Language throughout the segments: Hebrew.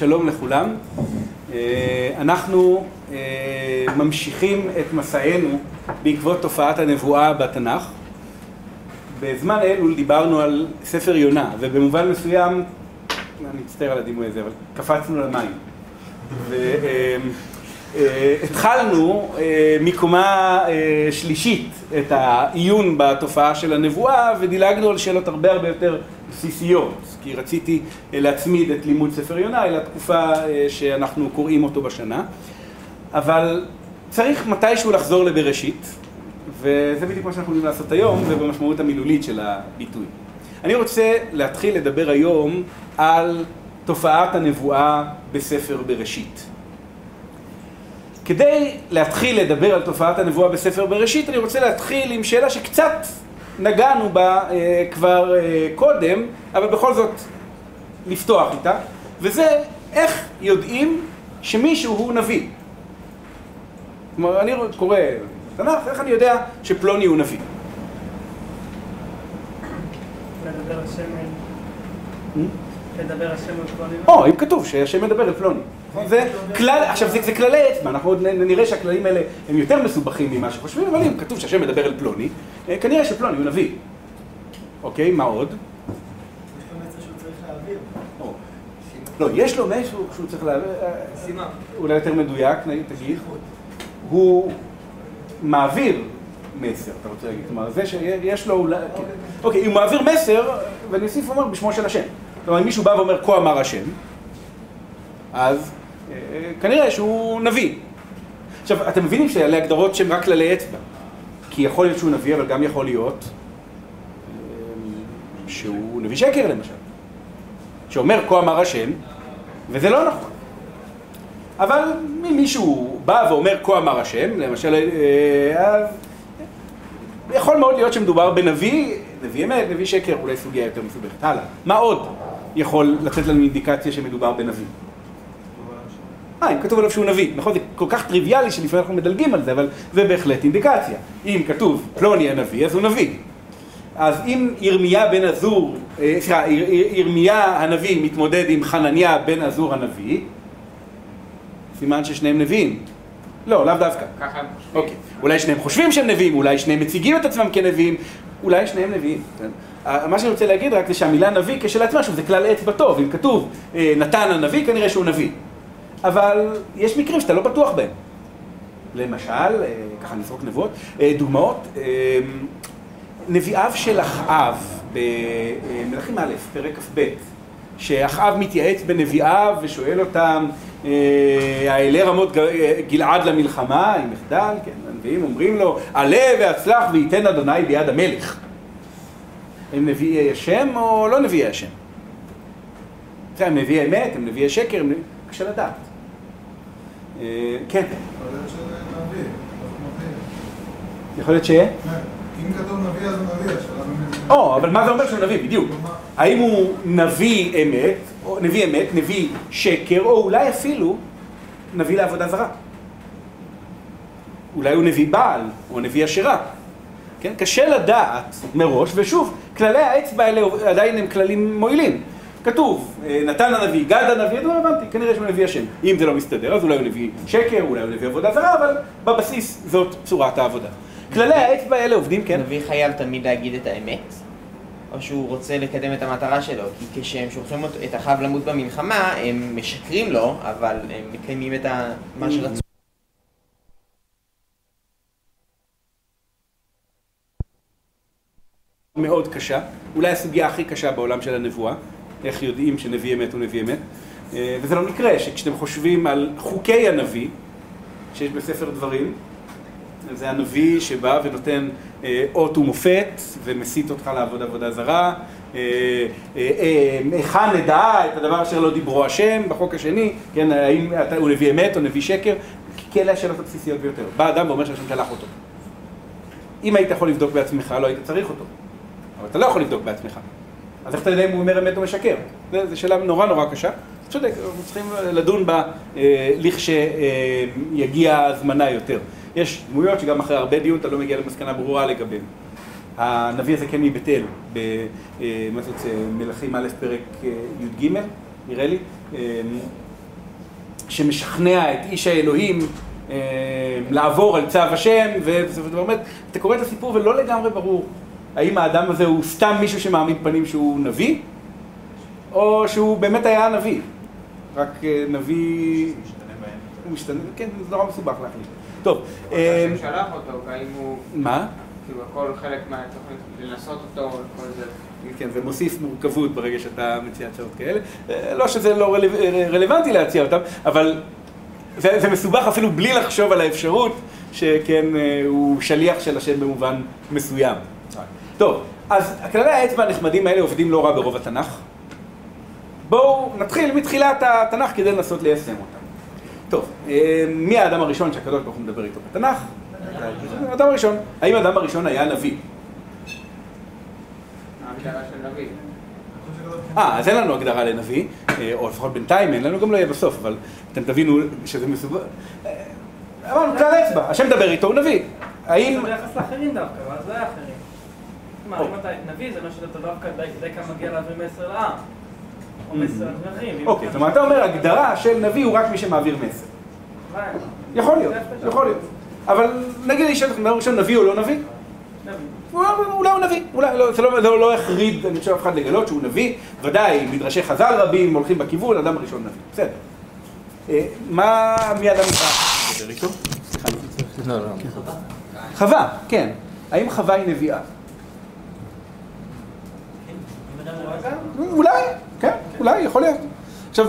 שלום לכולם. אנחנו ממשיכים את מסענו בעקבות תופעת הנבואה בתנ"ך. בזמן אלול דיברנו על ספר יונה, ובמובן מסוים, אני מצטער על הדימוי הזה, אבל קפצנו למים. התחלנו מקומה שלישית את העיון בתופעה של הנבואה, ודילגנו על שאלות הרבה יותר בסיסיות, כי רציתי להצמיד את לימוד ספר יונה אל התקופה שאנחנו קוראים אותו בשנה. אבל צריך מתישהו לחזור לבראשית, וזה בדיוק מה שאנחנו יכולים לעשות היום, ובמשמעות המילולית של הביטוי. אני רוצה להתחיל לדבר היום על תופעת הנבואה בספר בראשית. כדי להתחיל לדבר על תופעת הנבואה בספר בראשית, אני רוצה להתחיל עם שאלה שקצת נגענו בה כבר קודם, אבל בכל זאת לפתוח איתה, וזה איך יודעים שמישהו הוא נביא. כלומר, אני קורא תנ"ך, איך אני יודע שפלוני הוא נביא? לדבר השם על פלוני. אם כתוב שהשם מדבר על פלוני. זה כלל, עכשיו זה כללי אצבע, אנחנו עוד נראה שהכללים האלה הם יותר מסובכים ממה שחושבים, אבל אם כתוב שהשם מדבר על פלוני, כנראה שפלוני הוא נביא. אוקיי, מה עוד? יש לו מסר שהוא צריך להעביר. לא, יש לו משהו שהוא צריך להעביר. סימה. אולי יותר מדויק, תגיד. הוא מעביר מסר, אתה רוצה להגיד. כלומר, זה שיש לו אולי... אוקיי, הוא מעביר מסר, ואני אוסיף ואומר בשמו של השם. כלומר, אם מישהו בא ואומר כה אמר השם, אז כנראה שהוא נביא. עכשיו, אתם מבינים שאלה הגדרות שהן רק כללי אצבע. כי יכול להיות שהוא נביא, אבל גם יכול להיות שהוא נביא שקר, למשל. שאומר כה אמר השם, וזה לא נכון. אבל אם מישהו בא ואומר כה אמר השם, למשל, אז יכול מאוד להיות שמדובר בנביא, נביא אמת, נביא שקר, אולי סוגיה יותר מסובכת. הלאה. מה עוד יכול לתת לנו אינדיקציה שמדובר בנביא? אם כתוב עליו שהוא נביא, נכון? זה כל כך טריוויאלי שלפעמים אנחנו מדלגים על זה, אבל זה בהחלט אינדיקציה. אם כתוב פלוני הנביא, אז הוא נביא. אז אם ירמיה הנביא מתמודד עם חנניה בן עזור הנביא, סימן ששניהם נביאים. לא, לאו דווקא. ככה הם חושבים. אוקיי. אולי שניהם חושבים שהם נביאים, אולי שניהם מציגים את עצמם כנביאים, אולי שניהם נביאים. מה שאני רוצה להגיד רק זה שהמילה נביא כשלעצמה, זה כלל אצבע טוב. אם כתוב נתן הנביא, כנראה שהוא נביא. אבל יש מקרים שאתה לא בטוח בהם. למשל, ככה נזרוק נבואות, דוגמאות, נביאיו של אחאב, במלכים א', פרק כ"ב, שאחאב מתייעץ בנביאיו ושואל אותם, האלה רמות גלעד למלחמה, עם מחדל, כן, הנביאים אומרים לו, עלה והצלח וייתן אדוני ביד המלך. הם נביאי השם או לא נביאי השם? הם נביאי אמת, הם נביאי שקר, קשה לדעת. כן. יכול להיות ש... אם כתוב נביא אז הוא נביא, אבל מה זה אומר שהוא נביא? בדיוק. האם הוא נביא אמת, או נביא אמת, נביא שקר, או אולי אפילו נביא לעבודה זרה. אולי הוא נביא בעל, או נביא אשרה. כן? קשה לדעת מראש, ושוב, כללי האצבע האלה עדיין הם כללים מועילים. כתוב, נתן הנביא, גד הנביא, לא הבנתי, כנראה שהוא נביא השם. אם זה לא מסתדר, אז אולי הוא נביא שקר, אולי הוא נביא עבודה זרה, אבל בבסיס זאת צורת העבודה. כללי האצבע האלה עובדים, כן? נביא חייב תמיד להגיד את האמת, או שהוא רוצה לקדם את המטרה שלו, כי כשהם שולחים את אחאב למות במלחמה, הם משקרים לו, אבל הם מקיימים את מה שרצו. מאוד קשה, אולי הסוגיה הכי קשה בעולם של הנבואה, איך יודעים שנביא אמת הוא נביא אמת, וזה לא מקרה שכשאתם חושבים על חוקי הנביא, שיש בספר דברים, זה הנביא שבא ונותן אות ומופת ומסית אותך לעבוד עבודה זרה, היכן נדע את הדבר אשר לא דיברו השם בחוק השני, כן, האם הוא נביא אמת או נביא שקר, כי אלה השאלות הבסיסיות ביותר. בא אדם ואומר שהשם שלח אותו. אם היית יכול לבדוק בעצמך, לא היית צריך אותו. אבל אתה לא יכול לבדוק בעצמך. אז איך אתה יודע אם הוא אומר אמת או משקר? זו שאלה נורא קשה. צודק, אנחנו צריכים לדון בה לכשיגיע הזמנה יותר. יש דמויות שגם אחרי הרבה דיון אתה לא מגיע למסקנה ברורה לגביהם. הנביא הזה כן מבית אל, במלכים א' פרק י"ג, נראה לי. שמשכנע את איש האלוהים לעבור על צו השם, ובאמת, אתה קורא את הסיפור ולא לגמרי ברור האם האדם הזה הוא סתם מישהו שמעמיד פנים שהוא נביא, או שהוא באמת היה נביא. רק נביא... הוא משתנה, כן, זה נורא מסובך להחליט. טוב. השם שלח אותו, האם הוא... מה? כאילו, הכל חלק מהתוכנית, לנסות אותו, כל זה. כן, זה מוסיף מורכבות ברגע שאתה מציע הצעות כאלה. לא שזה לא רלוונטי להציע אותם, אבל זה מסובך אפילו בלי לחשוב על האפשרות שכן, הוא שליח של השם במובן מסוים. טוב, אז כללי האצבע הנחמדים האלה עובדים לא רע ברוב התנ"ך. בואו נתחיל מתחילת התנ"ך כדי לנסות ליישם אותם. טוב, מי האדם הראשון שהקדוש ברוך הוא מדבר איתו בתנ"ך? האדם הראשון. האם האדם הראשון היה נביא? ההגדרה של נביא. אז אין לנו הגדרה לנביא, או לפחות בינתיים אין לנו, גם לא יהיה בסוף, אבל אתם תבינו שזה מסובך. אמרנו, כלל האצבע, השם מדבר איתו, הוא נביא. האם... זה ביחס לאחרים דווקא, אבל זה היה אחרים. מה, אם אתה נביא, זה מה שאתה דווקא די כמה מגיע להעביר מסר לעם. או מסר לאחרים. אוקיי, זאת אומרת, אתה אומר, הגדרה של נביא הוא רק מי שמעביר מסר. יכול להיות, יכול להיות. אבל נגיד לי שאתם מדבר ראשון, נביא או לא נביא? נביא. אולי הוא נביא, זה לא יחריד, אני חושב אף אחד לגלות שהוא נביא, ודאי, מדרשי חז"ל רבים הולכים בכיוון, אדם הראשון נביא, בסדר. מי האדם מדבר איתו? לא. חווה, כן. האם חווה היא נביאה? אולי, כן, אולי, יכול להיות. עכשיו,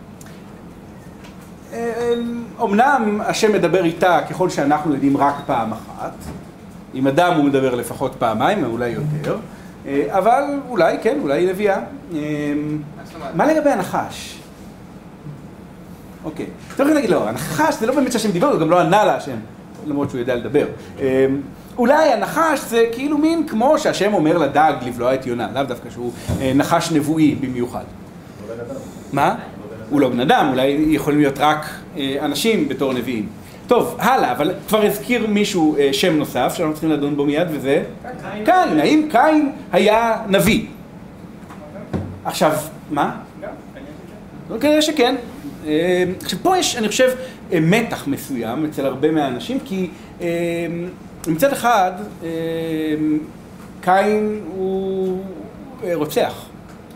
אמנם השם מדבר איתה ככל שאנחנו יודעים רק פעם אחת, עם אדם הוא מדבר לפחות פעמיים, אולי יותר, אבל אולי, כן, אולי היא נביאה. מה לגבי הנחש? אוקיי, אתם יכולים להגיד, לא, הנחש זה לא באמת שהשם דיבר, הוא גם לא ענה לה השם, למרות שהוא יודע לדבר. אולי הנחש זה כאילו מין כמו שהשם אומר לדג לבלוע את יונה, לאו דווקא שהוא נחש נבואי במיוחד. מה? הוא לא בן אדם, אולי יכולים להיות רק אנשים בתור נביאים. טוב, הלאה, אבל כבר הזכיר מישהו שם נוסף שאנחנו צריכים לדון בו מיד, וזה קין. האם קין היה נביא? עכשיו, מה? כנראה שכן. עכשיו, פה יש, אני חושב, מתח מסוים אצל הרבה מהאנשים, כי מצד אחד, קין הוא רוצח.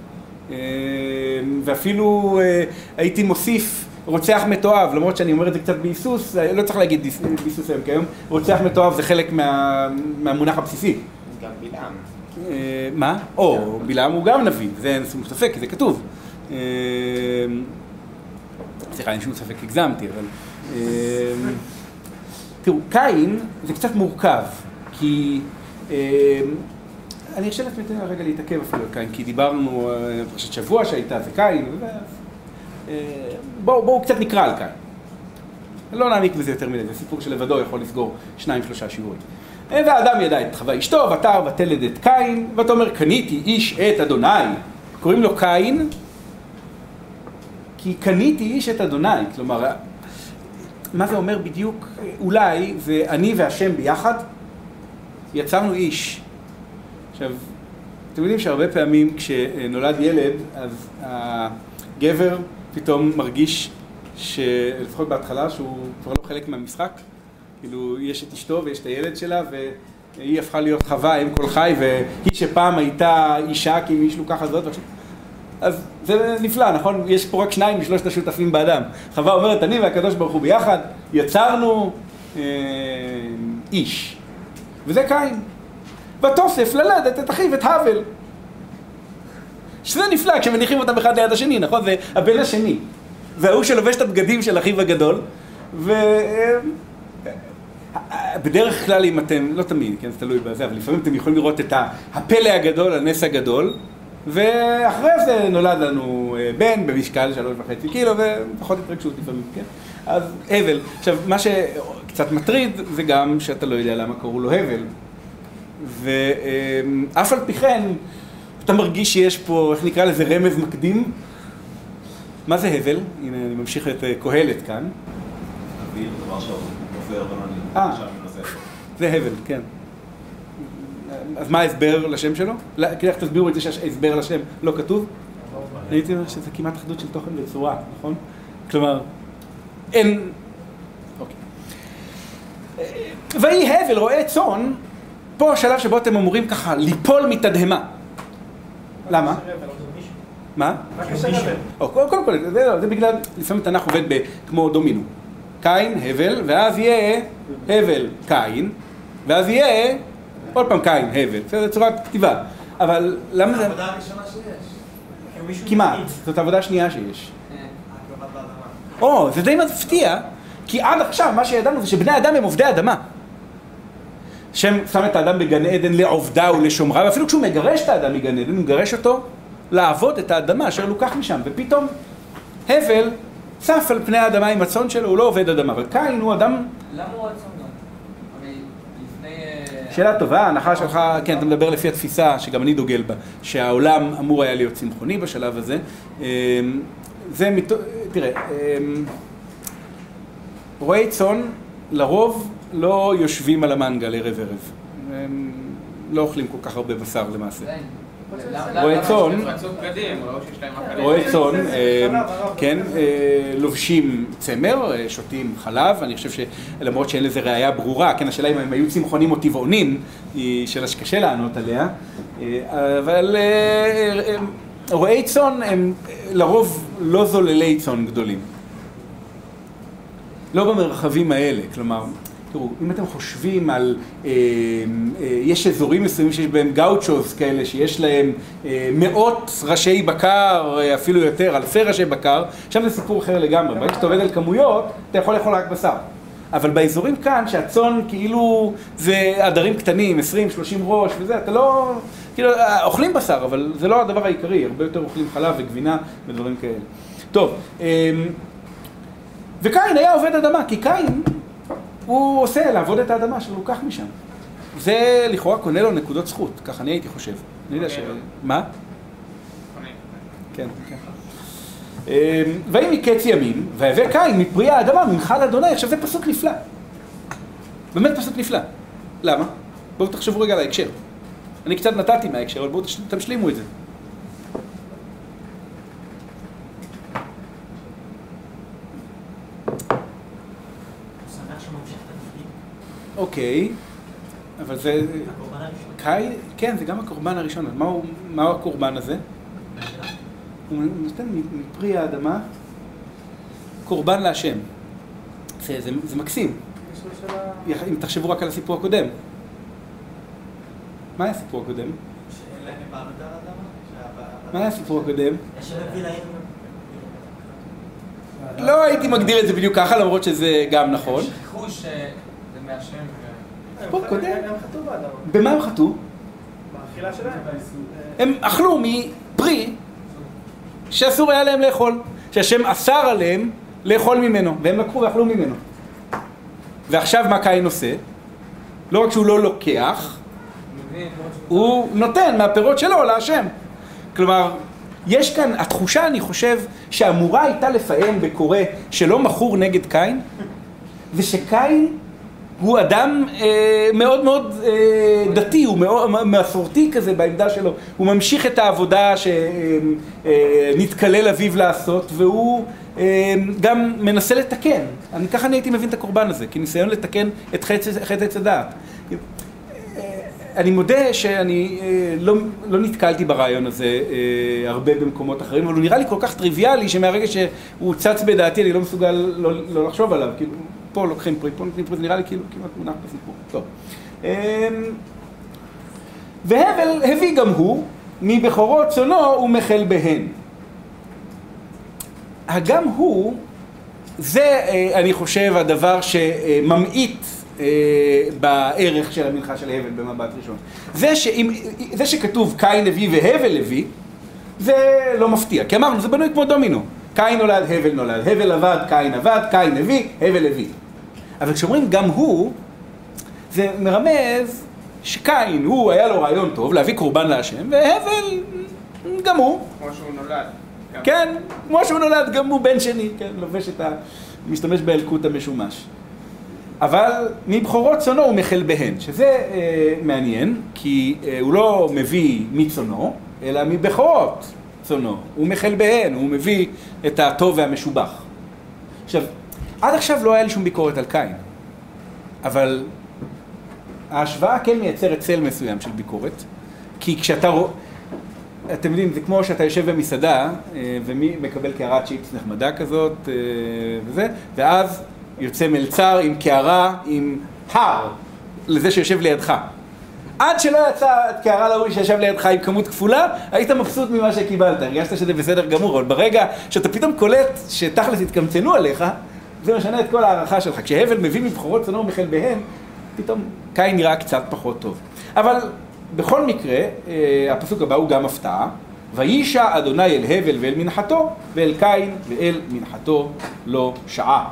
ואפילו הייתי מוסיף רוצח מתועב, למרות שאני אומר את זה קצת ביסוס, לא צריך להגיד ביסוס היום כיום, רוצח מתועב זה חלק מהמונח הבסיסי. גם בלעם. מה? או, בלעם הוא גם נביא, זה אין שום ספק, כי זה כתוב. סליחה, אין שום ספק, הגזמתי, אבל... תראו, קין זה קצת מורכב, כי... אני ארשה לעצמי רגע להתעכב אפילו על קין, כי דיברנו פרשת שבוע שהייתה, זה קין, בואו קצת נקרא על קין. לא נעמיק בזה יותר מדי, זה סיפור שלבדו יכול לסגור 2-3 שיעורים. והאדם ידע את חווה אשתו, ותר ותלד את קין, ואתה אומר, קניתי איש את אדוני. קוראים לו קין, כי קניתי איש את אדוני. כלומר, מה זה אומר בדיוק? אולי זה אני והשם ביחד, יצרנו איש. עכשיו, אתם יודעים שהרבה פעמים כשנולד ילד, אז הגבר פתאום מרגיש שלפחות בהתחלה שהוא כבר לא חלק מהמשחק. כאילו, יש את אשתו ויש את הילד שלה, והיא הפכה להיות חווה, אם כל חי, והיא שפעם הייתה אישה כי מישהו ככה זאת. אז זה נפלא, נכון? יש פה רק 2 מ3 השותפים באדם. חווה אומרת, אני והקדוש ברוך הוא ביחד, יצרנו איש. וזה קין. ותוסף ללדת את אחיו, את הבל. שזה נפלא, כשמניחים אותם אחד ליד השני, נכון? זה הבן השני. והוא שלובש את הבגדים של אחיו הגדול, בדרך כלל אם אתם, לא תמיד, כן, זה תלוי בזה, אבל לפעמים אתם יכולים לראות את הפלא הגדול, הנס הגדול, ואחרי זה נולד לנו בן במשקל 3.5 קילו, ופחות התרגשות לפעמים, כן? אז הבל. עכשיו, מה שקצת מטריד זה גם שאתה לא יודע למה קראו לו הבל. ואף על פי כן, אתה מרגיש שיש פה, איך נקרא לזה, רמז מקדים. מה זה הבל? הנה, אני ממשיך את קהלת כאן. אוויר, דבר שעובר במאני. זה הבל, כן. אז מה ההסבר לשם שלו? כדי איך תסבירו את זה שההסבר לשם לא כתוב? הייתי אומר שזה כמעט אחדות של תוכן וצורה, נכון? כלומר, אין... אוקיי. ויהי הבל רועה צאן, פה השלב שבו אתם אמורים ככה ליפול מתדהמה. למה? מה? קודם כל, זה בגלל, לפעמים התנ"ך עובד כמו דומינו. קין, הבל, ואז יהיה הבל, קין, ואז יהיה עוד פעם קין, הבל. זה צורת כתיבה. אבל למה זה... העבודה הראשונה שיש. כמעט, זאת העבודה השנייה שיש. זה די מפתיע, כי עד עכשיו מה שידענו זה שבני האדם הם עובדי אדמה. שם שם את האדם בגן עדן לעובדה ולשומרה, ואפילו כשהוא מגרש את האדם מגן עדן, הוא מגרש אותו לעבוד את האדמה אשר לוקח משם, ופתאום הבל צף על פני האדמה עם הצאן שלו, הוא לא עובד אדמה, אבל קין הוא אדם... למה הוא הצאן גם? שאלה טובה, ההנחה שלך, כן, אתה מדבר לפי התפיסה שגם אני דוגל בה, שהעולם אמור היה להיות צמחוני בשלב הזה. תראה, רועי צאן לרוב לא יושבים על המנגל ערב ערב. הם לא אוכלים כל כך הרבה בשר למעשה. רועי צאן, כן, לובשים צמר, שותים חלב. אני חושב שלמרות שאין לזה ראייה ברורה, כן, השאלה אם הם היו צמחונים או טבעונים, היא שאלה שקשה לענות עליה, אבל רועי צאן הם לרוב לא זוללי צאן גדולים. לא במרחבים האלה, כלומר, תראו, אם אתם חושבים על, יש אזורים מסוימים שיש בהם גאוצ'וז כאלה, שיש להם מאות ראשי בקר, אפילו יותר, אלפי ראשי בקר, שם זה סיפור אחר לגמרי. ברגע שאתה עובד על כמויות, אתה יכול לאכול רק בשר. אבל באזורים כאן, שהצאן כאילו זה עדרים קטנים, 20-30 ראש וזה, אתה לא, כאילו, אוכלים בשר, אבל זה לא הדבר העיקרי, הרבה יותר אוכלים חלב וגבינה ודברים כאלה. טוב, וקין היה עובד אדמה, כי קין הוא עושה לעבוד את האדמה שלו, הוא לקח משם. זה לכאורה קונה לו נקודות זכות, ככה אני הייתי חושב. אני יודע ש... מה? כן, כן. ויהי מקץ ימים, ויבא קין מפרי האדמה, מנחל אדוני. עכשיו זה פסוק נפלא. באמת פסוק נפלא. למה? בואו תחשבו רגע על ההקשר. אני קצת נתתי מההקשר, אבל בואו תשלימו את זה. אוקיי, אבל זה... קין? כן, זה גם הקורבן הראשון. מהו הקורבן הזה? הוא נותן מפרי האדמה קורבן להשם. זה מקסים. אם תחשבו רק על הסיפור הקודם. מה היה הסיפור הקודם? שאין להם בעלות על האדמה? מה היה הסיפור הקודם? לא הייתי מגדיר את זה בדיוק ככה, למרות שזה גם נכון. שכחו שזה מהשם. סיפור קודם. הם חטאו באדמה. במה הם חטאו? באכילה שלהם. הם אכלו מפרי שאסור היה להם לאכול, שהשם אסר עליהם לאכול ממנו, והם לקחו ואכלו ממנו. ועכשיו מה קין עושה? לא רק שהוא לא לוקח, הוא נותן מהפירות שלו להשם. כלומר, יש כאן, התחושה, אני חושב, שאמורה הייתה לפעם בקורא שלא מכור נגד קין, ושקין הוא אדם מאוד מאוד דתי, הוא מאוד מסורתי כזה בעמדה שלו. הוא ממשיך את העבודה שנתקלל אביו לעשות, והוא גם מנסה לתקן. ככה אני הייתי מבין את הקורבן הזה, כניסיון לתקן את חטא עץ הדעת. אני מודה שאני לא נתקלתי ברעיון הזה הרבה במקומות אחרים, אבל הוא נראה לי כל כך טריוויאלי שמהרגע שהוא צץ בדעתי אני לא מסוגל לא לחשוב עליו. כאילו, פה לוקחים פרי, פה נותנים פרי, זה נראה לי כאילו כמעט מונח בסיפור. טוב. והבל הביא גם הוא מבכורות צאנו ומחל בהן. גם הוא, זה אני חושב הדבר שממעיט בערך של המנחה של הבל במבט ראשון. זה שכתוב קין הביא והבל הביא, זה לא מפתיע, כי אמרנו, זה בנוי כמו דומינו. קין נולד, הבל נולד, הבל עבד, קין עבד, קין הביא, הבל הביא. אבל כשאומרים גם הוא, זה מרמז שקין, הוא היה לו רעיון טוב להביא קורבן להשם, והבל גם הוא. כמו שהוא נולד. כן, כמו שהוא נולד, גם הוא בן שני, כן, לובש את משתמש באלקוט המשומש. אבל מבכורות צאנו הוא מחל בהן, שזה מעניין, כי הוא לא מביא מצאנו, אלא מבכורות צאנו. הוא מחל בהן, הוא מביא את הטוב והמשובח. עכשיו, עד עכשיו לא היה לי שום ביקורת על קין, אבל ההשוואה כן מייצרת צל מסוים של ביקורת, כי כשאתה רואה, אתם יודעים, זה כמו שאתה יושב במסעדה, ומי מקבל קערת צ'יפס נחמדה כזאת, וזה, ואז יוצא מלצר עם קערה, עם הר, לזה שיושב לידך. עד שלא יצא קערה להוא שישב לידך עם כמות כפולה, היית מבסוט ממה שקיבלת, הרגשת שזה בסדר גמור, אבל ברגע שאתה פתאום קולט שתכלס התקמצנו עליך, זה משנה את כל הערכה שלך. כשהבל מביא מבחורות צנור מחל בהן, פתאום קין נראה קצת פחות טוב. אבל בכל מקרה, הפסוק הבא הוא גם הפתעה. וישע אדוני אל הבל ואל מנחתו, ואל קין ואל מנחתו לא שעה.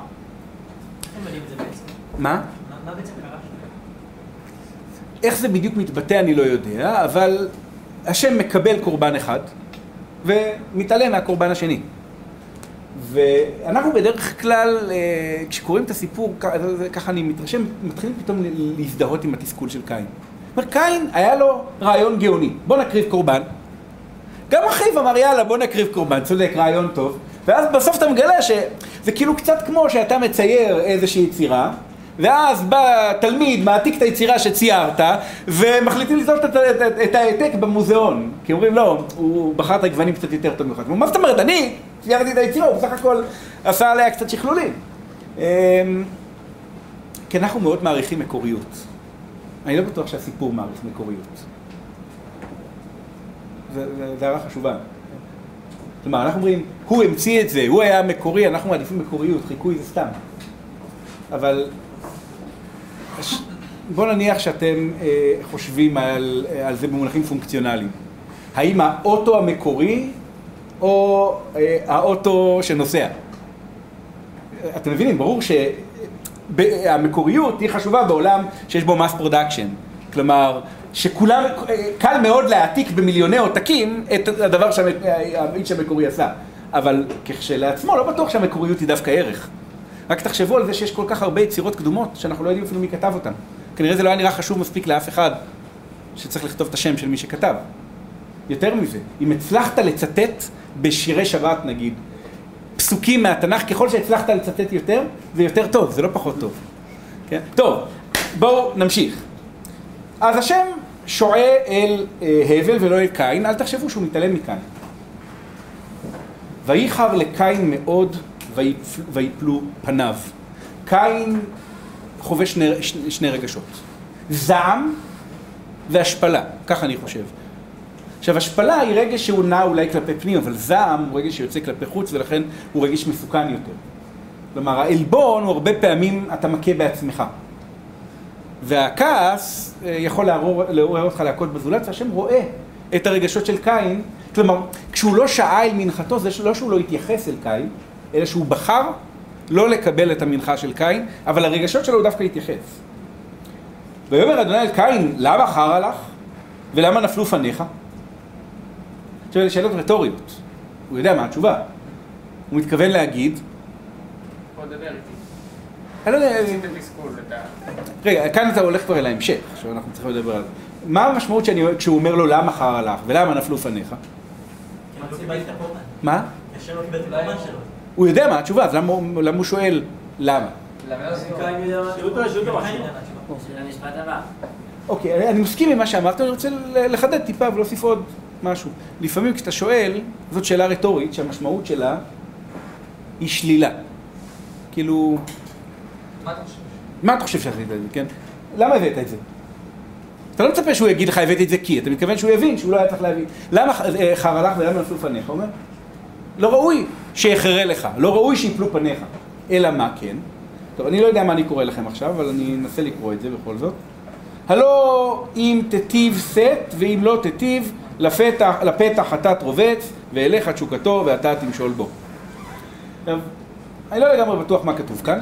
מה? מה בעצם קרה? איך זה בדיוק מתבטא אני לא יודע, אבל השם מקבל קורבן אחד, ומתעלם מהקורבן השני. ואנחנו בדרך כלל, כשקוראים את הסיפור, ככה אני מתרשם, מתחילים פתאום להזדהות עם התסכול של קין. אומר, קין היה לו רעיון גאוני, בוא נקריב קורבן. גם אחיו אמר, יאללה, בוא נקריב קורבן, צודק, רעיון טוב. ואז בסוף אתה מגלה שזה כאילו קצת כמו שאתה מצייר איזושהי יצירה, ואז בא תלמיד, מעתיק את היצירה שציירת, ומחליטים לזאת את העתק במוזיאון. כי אומרים, לא, הוא בחר את הגוונים קצת יותר טוב ממך. מה זאת אומרת? אני ציירתי את היצירה, הוא בסך הכל עשה עליה קצת שכלולים. כי אנחנו מאוד מעריכים מקוריות. אני לא בטוח שהסיפור מעריך מקוריות. זה הערה חשובה. כלומר, אנחנו אומרים, הוא המציא את זה, הוא היה מקורי, אנחנו מעדיפים מקוריות, חיקוי זה סתם. אבל בואו נניח שאתם חושבים על זה במונחים פונקציונליים. האם האוטו המקורי או האוטו שנוסע? אתם מבינים, ברור שהמקוריות היא חשובה בעולם שיש בו mass production. כלומר, שכולם, קל מאוד להעתיק במיליוני עותקים את הדבר שהאיש המקורי עשה. אבל כשלעצמו לא בטוח שהמקוריות היא דווקא ערך. רק תחשבו על זה שיש כל כך הרבה יצירות קדומות שאנחנו לא יודעים אפילו מי כתב אותן. כנראה זה לא היה נראה חשוב מספיק לאף אחד שצריך לכתוב את השם של מי שכתב. יותר מזה, אם הצלחת לצטט בשירי שבת נגיד, פסוקים מהתנ"ך, ככל שהצלחת לצטט יותר, זה יותר טוב, זה לא פחות טוב. כן? טוב, בואו נמשיך. אז השם שועה אל הבל ולא אל קין, אל תחשבו שהוא מתעלם מקין. וייחר לקין מאוד ויפלו פניו. קין חווה שני רגשות. זעם והשפלה, כך אני חושב. עכשיו, השפלה היא רגש שהוא נע אולי כלפי פנים, אבל זעם הוא רגש שיוצא כלפי חוץ, ולכן הוא רגש מסוכן יותר. כלומר, העלבון הוא הרבה פעמים אתה מכה בעצמך. והכעס יכול לעורר אותך להכות בזולת, והשם רואה את הרגשות של קין. כלומר, כשהוא לא שעה אל מנחתו, זה לא שהוא לא התייחס אל קין, אלא שהוא בחר לא לקבל את המנחה של קין, אבל הרגשות שלו הוא דווקא התייחס. ויאמר אדוני אל קין, למה חרה לך? ולמה נפלו פניך? עכשיו, אלה שאלות רטוריות. הוא יודע מה התשובה. הוא מתכוון להגיד... בוא דבר איתי. אני לא יודע... עשית תסכול את ה... רגע, כאן אתה הולך כבר אל ההמשך, עכשיו אנחנו צריכים לדבר על זה. מה המשמעות כשהוא אומר לו למה חרה לך ולמה נפלו פניך? מה? השם לא קיבל את הקורבן שלו. הוא יודע מה התשובה, אז למה הוא שואל למה? אוקיי, אני מסכים עם מה שאמרת, אני רוצה לחדד טיפה ולהוסיף עוד משהו. לפעמים כשאתה שואל, זאת שאלה רטורית שהמשמעות שלה היא שלילה. כאילו... מה אתה חושב שעשית את זה, כן? למה הבאת את זה? אתה לא מצפה שהוא יגיד לך הבאת את זה כי, אתה מתכוון שהוא יבין שהוא לא היה צריך להבין. למה חרה לך ולמה נפלו פניך? הוא אומר, לא ראוי שיחרה לך, לא ראוי שיפלו פניך. אלא מה כן? טוב, אני לא יודע מה אני קורא לכם עכשיו, אבל אני אנסה לקרוא את זה בכל זאת. הלא אם תטיב סט, ואם לא תטיב, לפתח חטאת רובץ, ואליך תשוקתו ואתה תמשול בו. עכשיו, אני לא לגמרי בטוח מה כתוב כאן.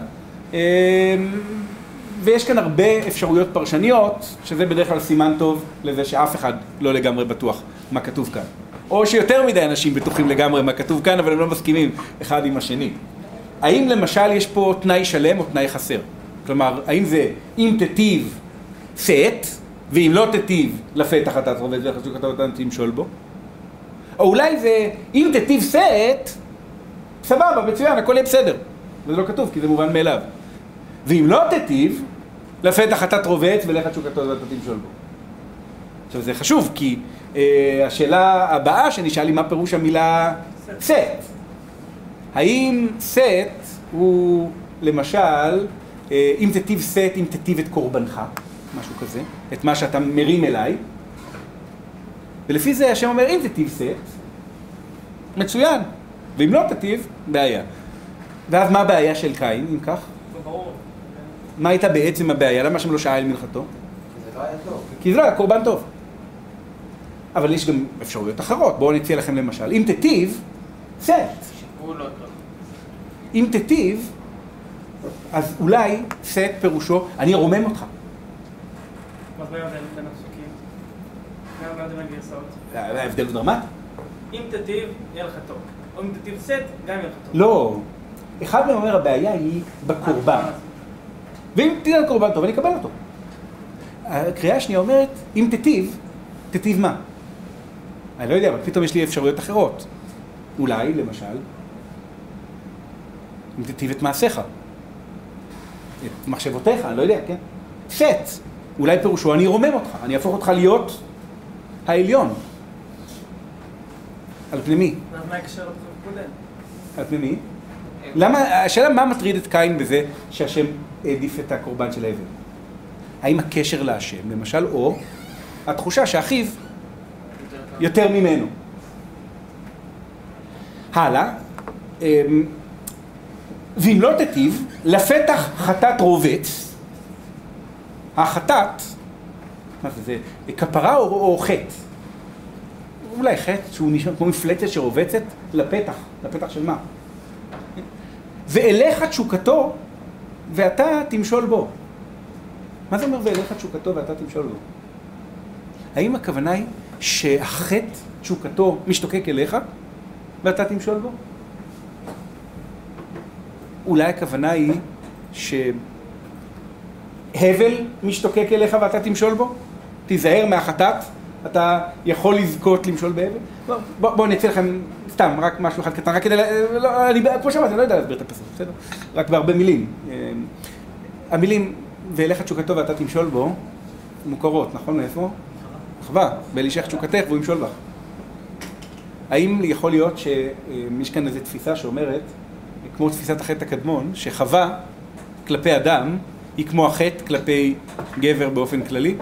ויש כאן הרבה אפשרויות פרשניות, שזה בדרך כלל סימן טוב לזה שאף אחד לא לגמרי בטוח מה כתוב כאן. או שיותר מדי אנשים בטוחים לגמרי מה כתוב כאן, אבל הם לא מסכימים אחד עם השני. האם למשל יש פה תנאי שלם או תנאי חסר? כלומר, האם זה אם תטיב סט, ואם לא תטיב לפתח חטאת רובץ ואליך תשוקתו ואתה תמשול בו? או אולי זה אם תטיב סט, סבבה, מצוין, הכל יהיה בסדר. וזה לא כתוב כי זה מובן מאליו. ואם לא תיטיב, לפתח אתה תרובץ ולך תשוקתו ואתה תמשול בו. עכשיו זה חשוב כי השאלה הבאה שנשאל היא מה פירוש המילה סט. האם סט הוא למשל, אם תיטיב סט, אם תיטיב את קורבנך, משהו כזה, את מה שאתה מרים אליי, ולפי זה השם אומר אם תיטיב סט, מצוין, ואם לא תיטיב, בעיה. ואז מה הבעיה של קין, אם כך? ברור. מה הייתה בעצם הבעיה? למה שם לא שאל מלכתו? זה לא היה טוב. כי זה לא היה קורבן טוב. אבל יש גם אפשרויות אחרות. בואו נציע לכם למשל. אם תיטיב, סט. הוא לא טוב. אם תיטיב, אז אולי סט פירושו, אני ארומם אותך. אז מה ההבדל בין הפסוקים? מה ההבדל בין גרסאות? ההבדל הוא דרמטי. אם תיטיב, יהיה לך טוב. או אם תיטיב סט, גם יהיה לך טוב. לא. אחד מהם אומר, הבעיה היא בקורבן. ואם תיתן קורבן טוב, אני אקבל אותו. הקריאה השנייה אומרת, אם תיטיב, תיטיב מה? אני לא יודע, אבל פתאום יש לי אפשרויות אחרות. אולי, למשל, אם תיטיב את מעשיך, את מחשבותיך, אני לא יודע, כן? סט. אולי פירושו, אני ארומם אותך, אני אהפוך אותך להיות העליון. על פני מי? אז מה הקשר לפסוק קודם? על פני מי? למה, השאלה מה מטריד את קין בזה שהשם העדיף את הקורבן של האבל? האם הקשר להשם, למשל, או התחושה שאחיו יותר ממנו? הלאה, ואם לא תיטיב, לפתח חטאת רובץ, החטאת, מה זה, כפרה או חטא? אולי חטא שהוא נשמע כמו מפלצת שרובצת לפתח, לפתח של מה? ואליך תשוקתו ואתה תמשול בו. מה זה אומר ואליך תשוקתו ואתה תמשול בו? האם הכוונה היא שהחטא תשוקתו משתוקק אליך ואתה תמשול בו? אולי הכוונה היא שהבל משתוקק אליך ואתה תמשול בו? תיזהר מהחטאת, אתה יכול לזכות למשול בהבל? בואו נצא לכם סתם, רק משהו אחד קטן, רק כדי, כמו שאמרתי, אני לא יודע להסביר את הפסוק, בסדר? רק בהרבה מילים. המילים, ואליך תשוקתו ואתה תמשול בו, מוכרות, נכון? מאיפה? חווה, באלישך תשוקתך והוא ימשול בך. האם יכול להיות שיש כאן איזו תפיסה שאומרת, כמו תפיסת החטא הקדמון, שחווה כלפי אדם היא כמו החטא כלפי גבר באופן כללי?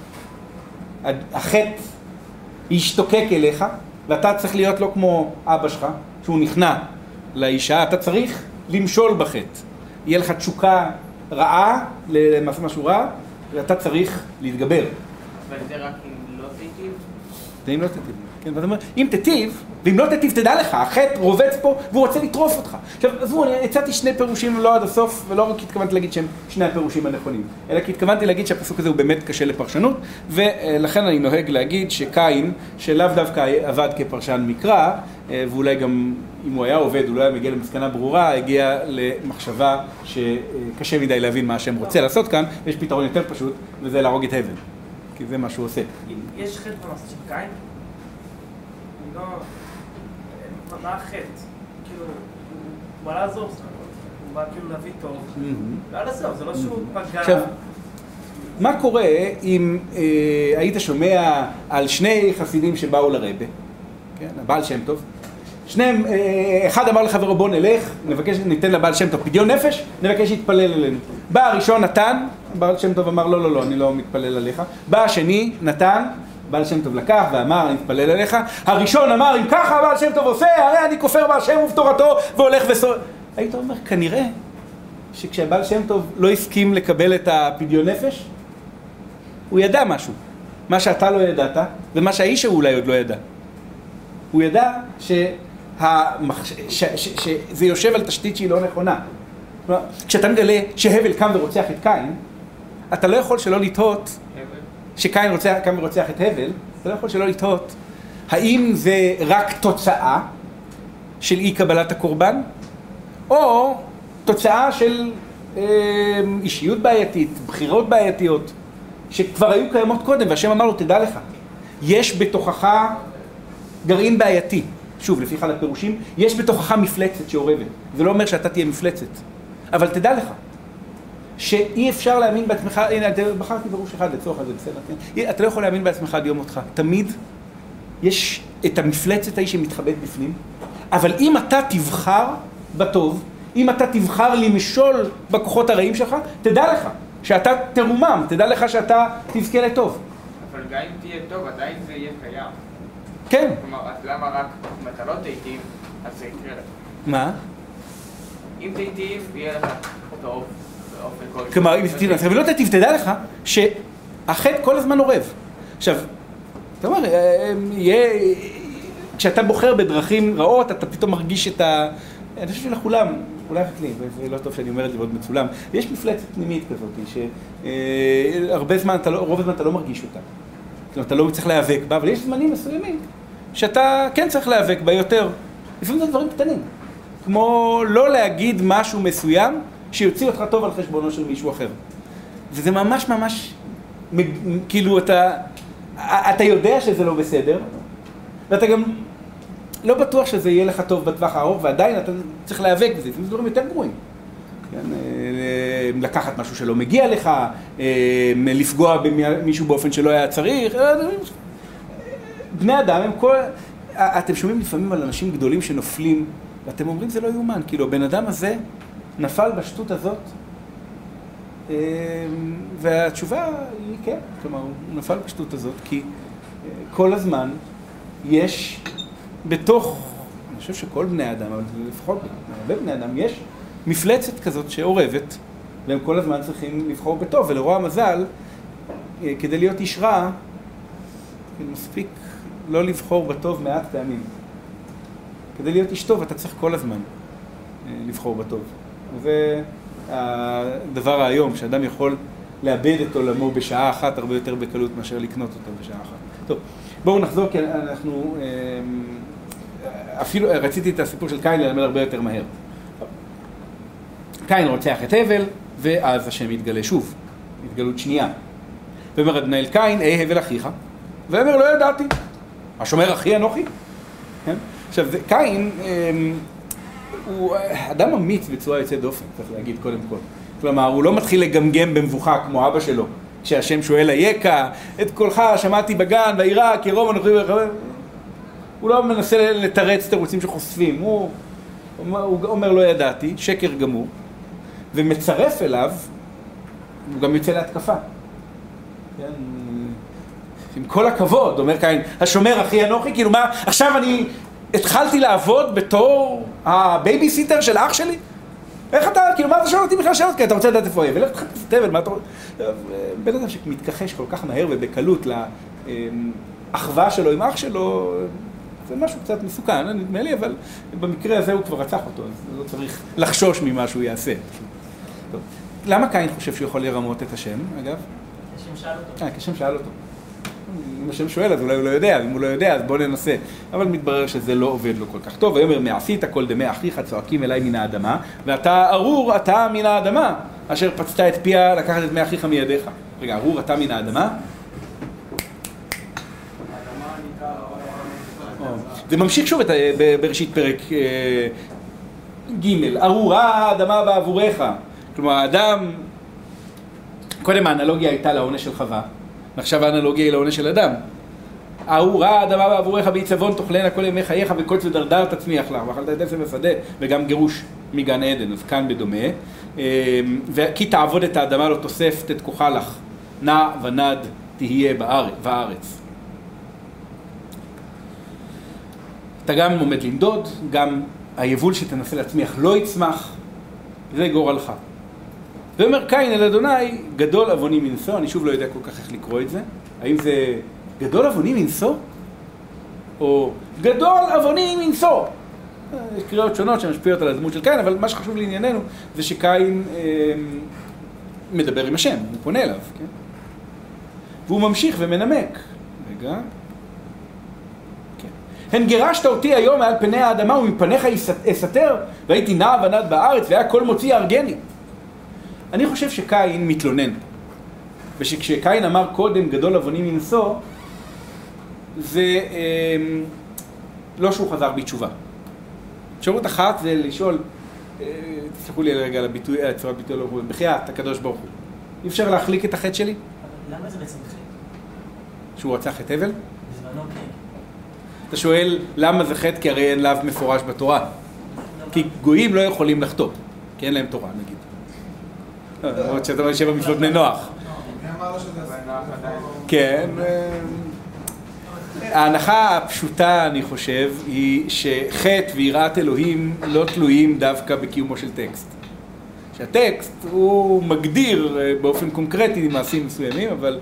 החטא ישתוקק אליך, ואתה צריך להיות לא כמו אבא שלך, שהוא נכנע לאישה, אתה צריך למשול בחטא. יהיה לך תשוקה רעה, למעשה משהו רע, ואתה צריך להתגבר. אבל זה רק אם לא תיטיב? זה אם לא תיטיב, כן, ואתה אומר, אם תיטיב, ואם לא תיטיב תדע לך, החטא רובץ פה והוא רוצה לטרוף אותך. עכשיו, עזבו, אני הצעתי שני פירושים לא עד הסוף, ולא רק התכוונתי להגיד שהם שני הפירושים הנכונים, אלא כי התכוונתי להגיד שהפסוק הזה הוא באמת קשה לפרשנות, ולכן אני נוהג להגיד שקין, שלאו דווקא עבד כפרשן מקרא, ואולי גם אם הוא היה עובד, הוא לא היה מגיע למסקנה ברורה, הגיע למחשבה שקשה מדי להבין מה השם רוצה לעשות כאן, ויש פתרון יותר פשוט, וזה להרוג את הבל, כי זה מה שהוא עושה. יש חטא במעשה של קין? לא... מה החטא? כאילו, הוא בא לעזור, הוא בא כאילו להביא טוב, לא לעזור, זה לא שהוא פגע. עכשיו, מה קורה אם היית שומע על שני חסידים שבאו לרבה, כן, הבעל שם טוב, שניהם, אחד אמר לחברו בוא נלך, ניתן לבעל שם טוב פדיון נפש, נבקש להתפלל אלינו. בא הראשון נתן, הבעל שם טוב אמר לא, אני לא מתפלל עליך. בא השני נתן, בעל שם טוב לקח ואמר אני מתפלל עליך. הראשון אמר אם ככה בעל שם טוב עושה, הרי אני כופר בעל שם ובתורתו והולך וסור... היית אומר כנראה שכשבעל שם טוב לא הסכים לקבל את הפדיון נפש, הוא ידע משהו, מה שאתה לא ידעת ומה שהאיש הוא אולי עוד לא ידע. הוא ידע שזה יושב על תשתית שהיא לא נכונה. כשאתה מגלה שהבל קם ורוצח את קין, אתה לא יכול שלא לתהות שקין קם ורוצח את הבל, אתה לא יכול שלא לתהות האם זה רק תוצאה של אי קבלת הקורבן, או תוצאה של אישיות בעייתית, בחירות בעייתיות, שכבר היו קיימות קודם, והשם אמר לו תדע לך, יש בתוכך גרעין בעייתי. שוב, לפי אחד הפירושים, יש בתוכך מפלצת שעורבת. זה לא אומר שאתה תהיה מפלצת. אבל תדע לך, שאי אפשר להאמין בעצמך, הנה, בחרתי בראש אחד לצורך הזה, בסדר, כן? אתה לא יכול להאמין בעצמך עד יום מותך. תמיד יש את המפלצת ההיא שמתחבאת בפנים, אבל אם אתה תבחר בטוב, אם אתה תבחר למשול בכוחות הרעים שלך, תדע לך שאתה תרומם, תדע לך שאתה תזכה לטוב. אבל גם אם תהיה טוב, עדיין זה יהיה קיים. כן. כלומר, אז למה רק אם אתה לא תיטיב, אז זה יקרה לך? מה? אם תיטיב, יהיה לך טוב באופן כלשהו. כלומר, אם תיטיב, אבל לא תיטיב, תדע לך שהחטא כל הזמן עורב. עכשיו, אתה אומר, כשאתה בוחר בדרכים רעות, אתה פתאום מרגיש את ה... אני חושב שלכולם, אולי רק לי, זה לא טוב שאני אומר את זה מאוד מצולם, יש מפלצת פנימית כזאת, שהרבה זמן, רוב הזמן אתה לא מרגיש אותה. זאת אומרת, אתה לא צריך להיאבק בה, אבל יש זמנים מסוימים שאתה כן צריך להיאבק בה יותר. לפעמים זה דברים קטנים, כמו לא להגיד משהו מסוים שיוציא אותך טוב על חשבונו של מישהו אחר. וזה ממש ממש, כאילו אתה יודע שזה לא בסדר, ואתה גם לא בטוח שזה יהיה לך טוב בטווח הארוך, ועדיין אתה צריך להיאבק בזה, זה דברים יותר גרועים. לקחת משהו שלא מגיע לך, לפגוע במישהו באופן שלא היה צריך. בני אדם הם כל... אתם שומעים לפעמים על אנשים גדולים שנופלים, ואתם אומרים זה לא יאומן, כאילו הבן אדם הזה נפל בשטות הזאת, והתשובה היא כן, כלומר הוא נפל בשטות הזאת, כי כל הזמן יש בתוך, אני חושב שכל בני אדם, אבל לפחות הרבה בני אדם, יש מפלצת כזאת שעורבת, והם כל הזמן צריכים לבחור בטוב, ולרוע המזל, כדי להיות איש רע, מספיק לא לבחור בטוב מעט פעמים. כדי להיות איש טוב, אתה צריך כל הזמן לבחור בטוב. וזה הדבר היום, שאדם יכול לאבד את עולמו בשעה אחת, הרבה יותר בקלות מאשר לקנות אותו בשעה אחת. טוב, בואו נחזור, כי אנחנו... אפילו רציתי את הסיפור של קין ללמד הרבה יותר מהר. קין רוצח את הבל, ואז השם יתגלה שוב, התגלות שנייה. ואומר אדוני אל קין, הבל אחיך, ואומר לא ידעתי, השומר אחי אנוכי. כן? עכשיו, קין הוא אדם אמיץ בצורה יוצאת דופן, צריך להגיד קודם כל. כלומר, הוא לא מתחיל לגמגם במבוכה כמו אבא שלו, כשהשם שואל היקה, את קולך שמעתי בגן, וירא, כי רוב אנוכי וחבר. הוא לא מנסה לתרץ תירוצים שחושפים, הוא אומר לא ידעתי, שקר גמור, ומצרף אליו, הוא גם יוצא להתקפה. כן? עם כל הכבוד, אומר קין, השומר אחי אנוכי, כאילו מה, עכשיו אני התחלתי לעבוד בתור הבייביסיטר של אח שלי? איך אתה, כאילו מה אתה שואל אותי בכלל שאלות? כי אתה רוצה לדעת איפה הבל, איך תחפש את הבל, מה אתה רוצה? בן אדם שמתכחש כל כך מהר ובקלות לאחווה שלו עם אח שלו, זה משהו קצת מסוכן, נדמה לי, אבל במקרה הזה הוא כבר רצח אותו, אז לא צריך לחשוש ממה שהוא יעשה. טוב. למה קין חושב שהוא יכול לרמות את השם, אגב? השם שאל אותו. כשם שאל אותו. אם השם שואל, אז אולי הוא לא יודע, אם הוא לא יודע, אז בוא ננסה. אבל מתברר שזה לא עובד לו כל כך טוב. ויאמר, מעשית כל דמי אחיך צועקים אליי מן האדמה, ואתה ארור, אתה מן האדמה, אשר פצת את פיה לקחת את דמי אחיך מידיך. רגע, ארור, אתה מן האדמה? זה ממשיך שוב בראשית פרק ג' ארורה האדמה בעבורך. כלומר, האדם, קודם האנלוגיה הייתה לעונש של חווה, ועכשיו האנלוגיה היא לעונש של אדם. ארורה האדמה בעבורך בעיצבון תאכלנה כל ימי חייך וקוץ ודרדר תצמיח לך, ואכלת את עשב השדה, וגם גירוש מגן עדן, אז כאן בדומה. כי תעבוד את האדמה לא תוסף תתקוחה לך, נע ונד תהיה בארץ. אתה גם עומד למדוד, גם היבול שתנסה להצמיח לא יצמח, זה גורלך. ואומר קין אל אדוני, גדול אבוני מנשוא, אני שוב לא יודע כל כך איך לקרוא את זה, האם זה גדול אבוני מנשוא? או גדול אבוני מנשוא? יש קריאות שונות שמשפיעות על הדמות של קין, אבל מה שחשוב לענייננו זה שקין מדבר עם השם, הוא פונה אליו, כן? והוא ממשיך ומנמק. רגע. הן גירשת אותי היום מעל פני האדמה ומפניך אסתר, והייתי נע ונד בארץ והיה כל מוציא ארגני. אני חושב שקין מתלונן, ושכשקין אמר קודם גדול אבוני מנשוא, זה לא שהוא חזר בתשובה. אפשרות אחת זה לשאול, תסלחו לי רגע על הביטוי, צורת ביטוי לא רואים, בחייאת, הקדוש ברוך הוא. אי אפשר להחליק את החטא שלי? למה זה בעצם חטא? שהוא רצח את הבל? בזמנו כן. אתה שואל למה זה חטא? כי הרי אין לאו מפורש בתורה. כי גויים לא יכולים לחטוא, כי אין להם תורה נגיד. למרות שאתה אומר 7 מצוות בני נוח. מי אמר שזה כן. ההנחה הפשוטה, אני חושב, היא שחטא ויראת אלוהים לא תלויים דווקא בקיומו של טקסט. שהטקסט הוא מגדיר באופן קונקרטי מעשים מסוימים, אבל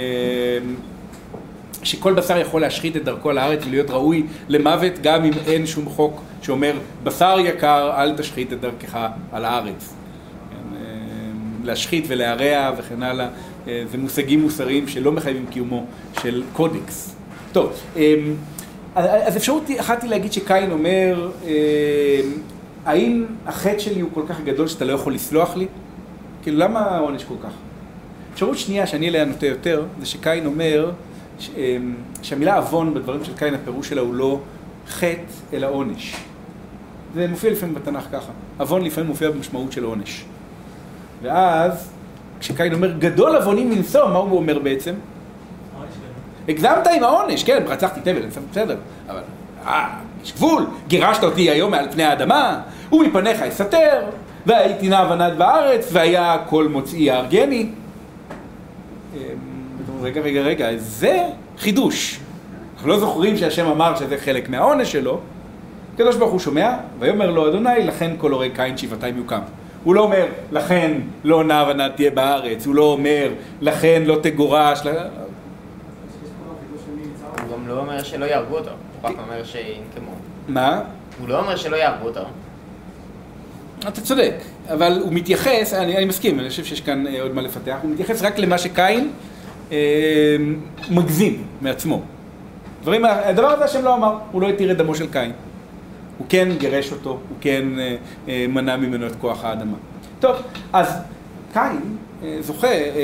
שכל בשר יכול להשחית את דרכו על הארץ ולהיות ראוי למוות גם אם אין שום חוק שאומר בשר יקר אל תשחית את דרכך על הארץ. להשחית ולהרע וכן הלאה, זה מושגים מוסריים שלא מחייבים קיומו של קודקס. טוב, אז אפשרות אחת היא להגיד שקין אומר, האם החטא שלי הוא כל כך גדול שאתה לא יכול לסלוח לי? כאילו, למה העונש כל כך? אפשרות שנייה שאני אליה נוטה יותר, זה שקין אומר שהמילה עוון בדברים של קין הפירוש שלה הוא לא חטא אלא עונש. זה מופיע לפעמים בתנ"ך ככה. עוון לפעמים מופיע במשמעות של עונש. ואז כשקין אומר גדול עוונים מנשוא, מה הוא אומר בעצם? הגזמת עם העונש, כן, רצחתי תבל, בסדר, אבל יש גבול, גירשת אותי היום מעל פני האדמה, ומפניך אסתר, והייתי נע ונד בארץ, והיה כל מוצאי יהרגני. רגע, זה חידוש. אנחנו לא זוכרים שהשם אמר שזה חלק מהעונש שלו. הקדוש ברוך הוא שומע, ויאמר לו אדוני, לכן כל הורג קין שבעתיים יוקם. הוא לא אומר, לכן לא נע ונד תהיה בארץ, הוא לא אומר, לכן לא תגורש. הוא גם לא אומר שלא יהרגו אותו, הוא רק אומר שינקמו. מה? הוא לא אומר שלא יהרגו אותו. אתה צודק, אבל הוא מתייחס, אני מסכים, אני חושב שיש כאן עוד מה לפתח, הוא מתייחס רק למה שקין מגזים מעצמו. הדבר הזה השם לא אמר, הוא לא התיר את דמו של קין. הוא כן גירש אותו, הוא כן מנע ממנו את כוח האדמה. טוב, אז קין זוכה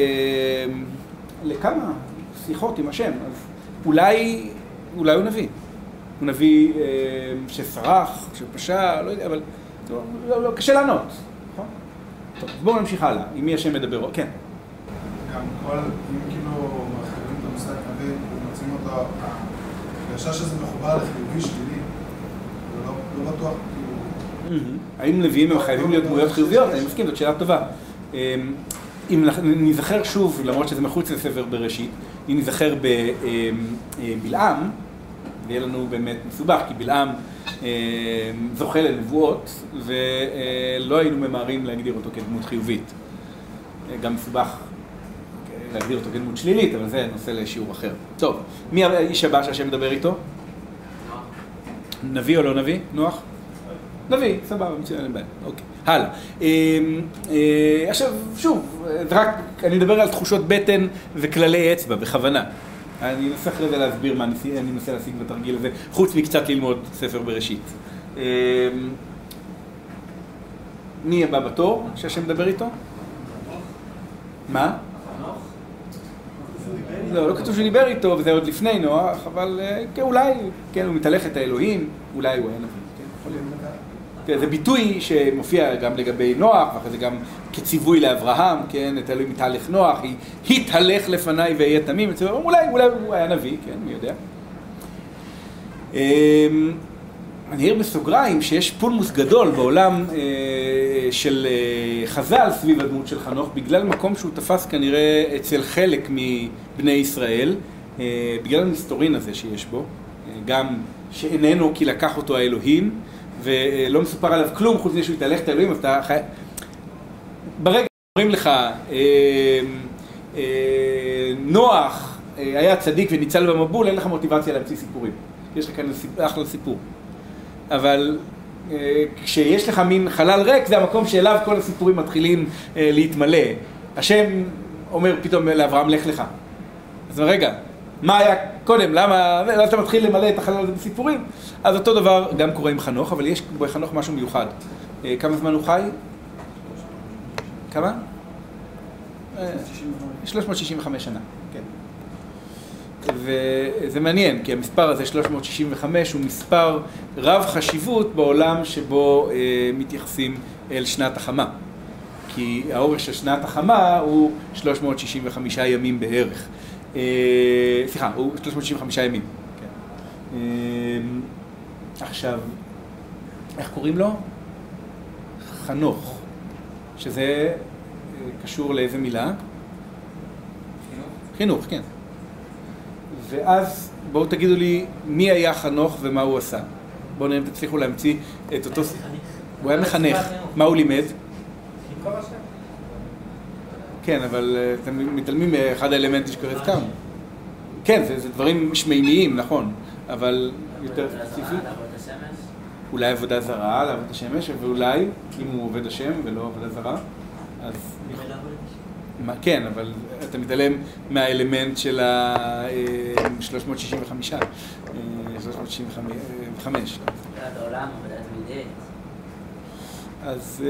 לכמה שיחות עם השם, אז אולי הוא נביא. הוא נביא שסרח, שפשע, לא יודע, אבל לא, קשה לענות. נכון? טוב, אז בואו נמשיך הלאה, עם מי השם מדבר? כן. גם כל, אם כאילו מרחיבים את המושג נביא, מוצאים אותו, ההרגשה שזה מחובר לחיובי שלילי, לא בטוח כאילו... האם נביאים הם חייבים להיות דמויות חיוביות? אני מסכים, זאת שאלה טובה. אם נזכר שוב, למרות שזה מחוץ לספר בראשית, אם נזכר בבלעם, ויהיה לנו באמת מסובך, כי בלעם זוכה לנבואות, ולא היינו ממהרים להגדיר אותו כדמות חיובית. גם מסובך להגדיר אותו כדמות שלילית, אבל זה נושא לשיעור אחר. טוב, מי האיש הבא שהשם מדבר איתו? נביא או לא נביא? נוח? נביא, סבבה, מצוין, אין בעיה. אוקיי, הלאה. עכשיו, שוב, רק אני מדבר על תחושות בטן וכללי אצבע, בכוונה. אני אנסה אחרי זה להסביר מה אני מנסה להשיג בתרגיל הזה, חוץ מקצת ללמוד ספר בראשית. מי הבא בתור שהשם מדבר איתו? מה? לא כתוב שהוא דיבר איתו, וזה עוד לפני נוח, אבל אולי, כן, הוא מתהלך את האלוהים, אולי הוא היה נביא, כן, יכול להיות. זה ביטוי שמופיע גם לגבי נוח, ואחרי זה גם כציווי לאברהם, כן, את האלוהים מתהלך נוח, התהלך לפניי ואהיה תמים, אולי הוא היה נביא, כן, מי יודע. אני אעיר בסוגריים שיש פולמוס גדול בעולם של חז"ל סביב הדמות של חנוך, בגלל מקום שהוא תפס כנראה אצל חלק מבני ישראל, בגלל המסתורין הזה שיש בו, גם שאיננו כי לקח אותו האלוהים, ולא מסופר עליו כלום חוץ מזה שהוא התהלך את האלוהים, אז אתה חי... ברגע אומרים לך, נוח היה צדיק וניצל במבול, אין לך מוטיבציה להמציא סיפורים. יש לך כאן אחלה סיפור. אבל כשיש לך מין חלל ריק, זה המקום שאליו כל הסיפורים מתחילים להתמלא. השם אומר פתאום לאברהם, לך לך. אז רגע, מה היה קודם? למה אתה מתחיל למלא את החלל הזה בסיפורים? אז אותו דבר גם קורה עם חנוך, אבל יש בחנוך משהו מיוחד. כמה זמן הוא חי? כמה? 365 שנה, כן. וזה מעניין, כי המספר הזה 365 הוא מספר רב חשיבות בעולם שבו מתייחסים אל שנת החמה. כי האורך של שנת החמה הוא 365 ימים בערך. סליחה, הוא 365 ימים. כן. עכשיו, איך קוראים לו? חנוך, שזה קשור לאיזה מילה? חינוך, כן. ואז בואו תגידו לי מי היה חנוך ומה הוא עשה. בואו נראה אם תצליחו להמציא את אותו... הוא היה מחנך. מה הוא לימד? כן, אבל אתם מתעלמים מאחד האלמנטים שקוראים כאן. כן, זה דברים שמימיים, נכון, אבל יותר ספציפי. אולי עבודה זרה, לעבוד השמש, ואולי, אם הוא עובד השם ולא עבודה זרה, אז... כן, אבל אתה מתעלם מהאלמנט של ה-365. 365. העולם, עבודת מידית. אז...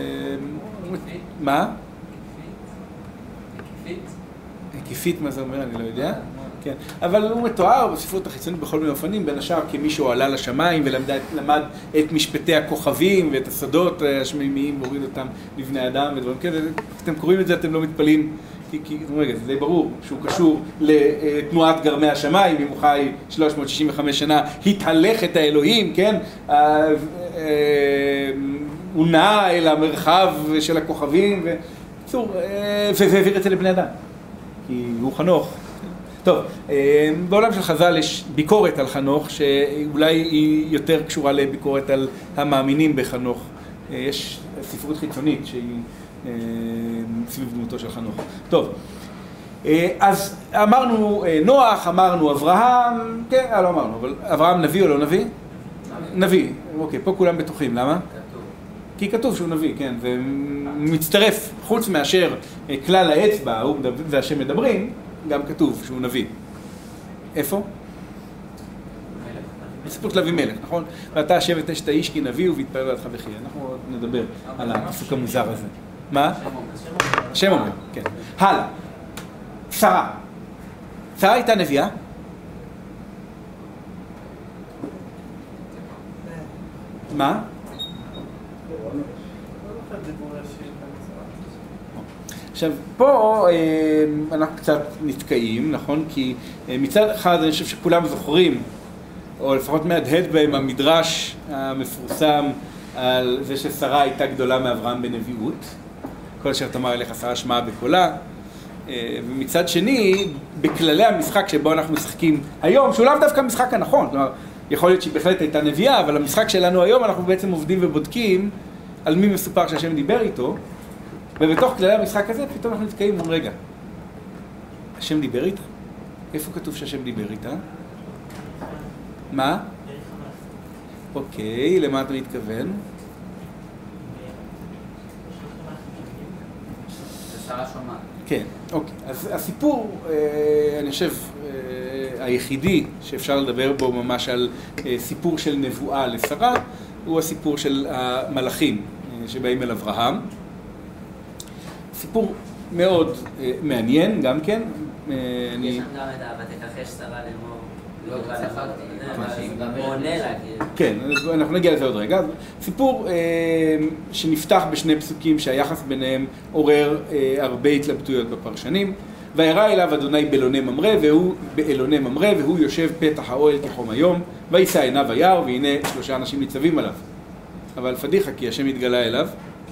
מה? הקיפית, מה זה אומר? אני לא יודע. כן. אבל הוא מתואר בספרות החיצונית בכל מיני אופנים, בין השאר כמישהו עלה לשמיים ולמד את משפטי הכוכבים ואת השדות השמימיים, והוריד אותם לבני אדם ודברים כאלה. כשאתם קוראים את זה אתם לא מתפלאים, כי רגע, זה די ברור שהוא קשור לתנועת גרמי השמיים, אם הוא חי 365 שנה, התהלך את האלוהים, כן? הוא נע אל המרחב של הכוכבים, והעביר את זה לבני אדם, כי הוא חנוך. טוב, בעולם של חז"ל יש ביקורת על חנוך, שאולי היא יותר קשורה לביקורת על המאמינים בחנוך. יש ספרות חיצונית שהיא סביב דמותו של חנוך. טוב, אז אמרנו נוח, אמרנו אברהם, כן, לא אמרנו, אבל אברהם נביא או לא נביא? נביא, אוקיי, פה כולם בטוחים, למה? כי כתוב שהוא נביא, כן, זה מצטרף, חוץ מאשר כלל האצבע, הוא והשם מדברים, גם כתוב שהוא נביא. איפה? סיפור של אבי מלך, נכון? ואתה השב את אשת האיש כי נביא והתפלל עליך וכי. אנחנו עוד נדבר על הפסוק המוזר הזה. מה? שם אומר, כן. הלאה. שרה. שרה הייתה נביאה? מה? עכשיו, פה אנחנו קצת נתקעים, נכון? כי מצד אחד אני חושב שכולם זוכרים, או לפחות מהדהד בהם המדרש המפורסם על זה ששרה הייתה גדולה מאברהם בנביאות. כל אשר תאמר אליך שרה שמעה בקולה. ומצד שני, בכללי המשחק שבו אנחנו משחקים היום, שהוא לאו דווקא המשחק הנכון, כלומר, יכול להיות שהיא בהחלט הייתה נביאה, אבל המשחק שלנו היום אנחנו בעצם עובדים ובודקים על מי מסופר שהשם דיבר איתו, ובתוך כללי המשחק הזה פתאום אנחנו נתקעים ואומרים, רגע, השם דיבר איתה? איפה כתוב שהשם דיבר איתה? מה? אוקיי, למה אתה מתכוון? שרה שומעת. כן, אוקיי. אז הסיפור, אני חושב, היחידי שאפשר לדבר בו ממש על סיפור של נבואה לשרה, הוא הסיפור של המלאכים שבאים אל אברהם. סיפור מאוד מעניין גם כן. יש שם גם את ותכחש שרה לאמור. הוא עונה לה. כן, אנחנו נגיע לזה עוד רגע. סיפור שנפתח בשני פסוקים שהיחס ביניהם עורר הרבה התלבטויות בפרשנים. וירא אליו אדוני באלוני ממרא והוא יושב פתח האוהל כחום היום, וישא עיניו וירא והנה 3 אנשים ניצבים עליו. אבל פדיחה כי השם התגלה אליו.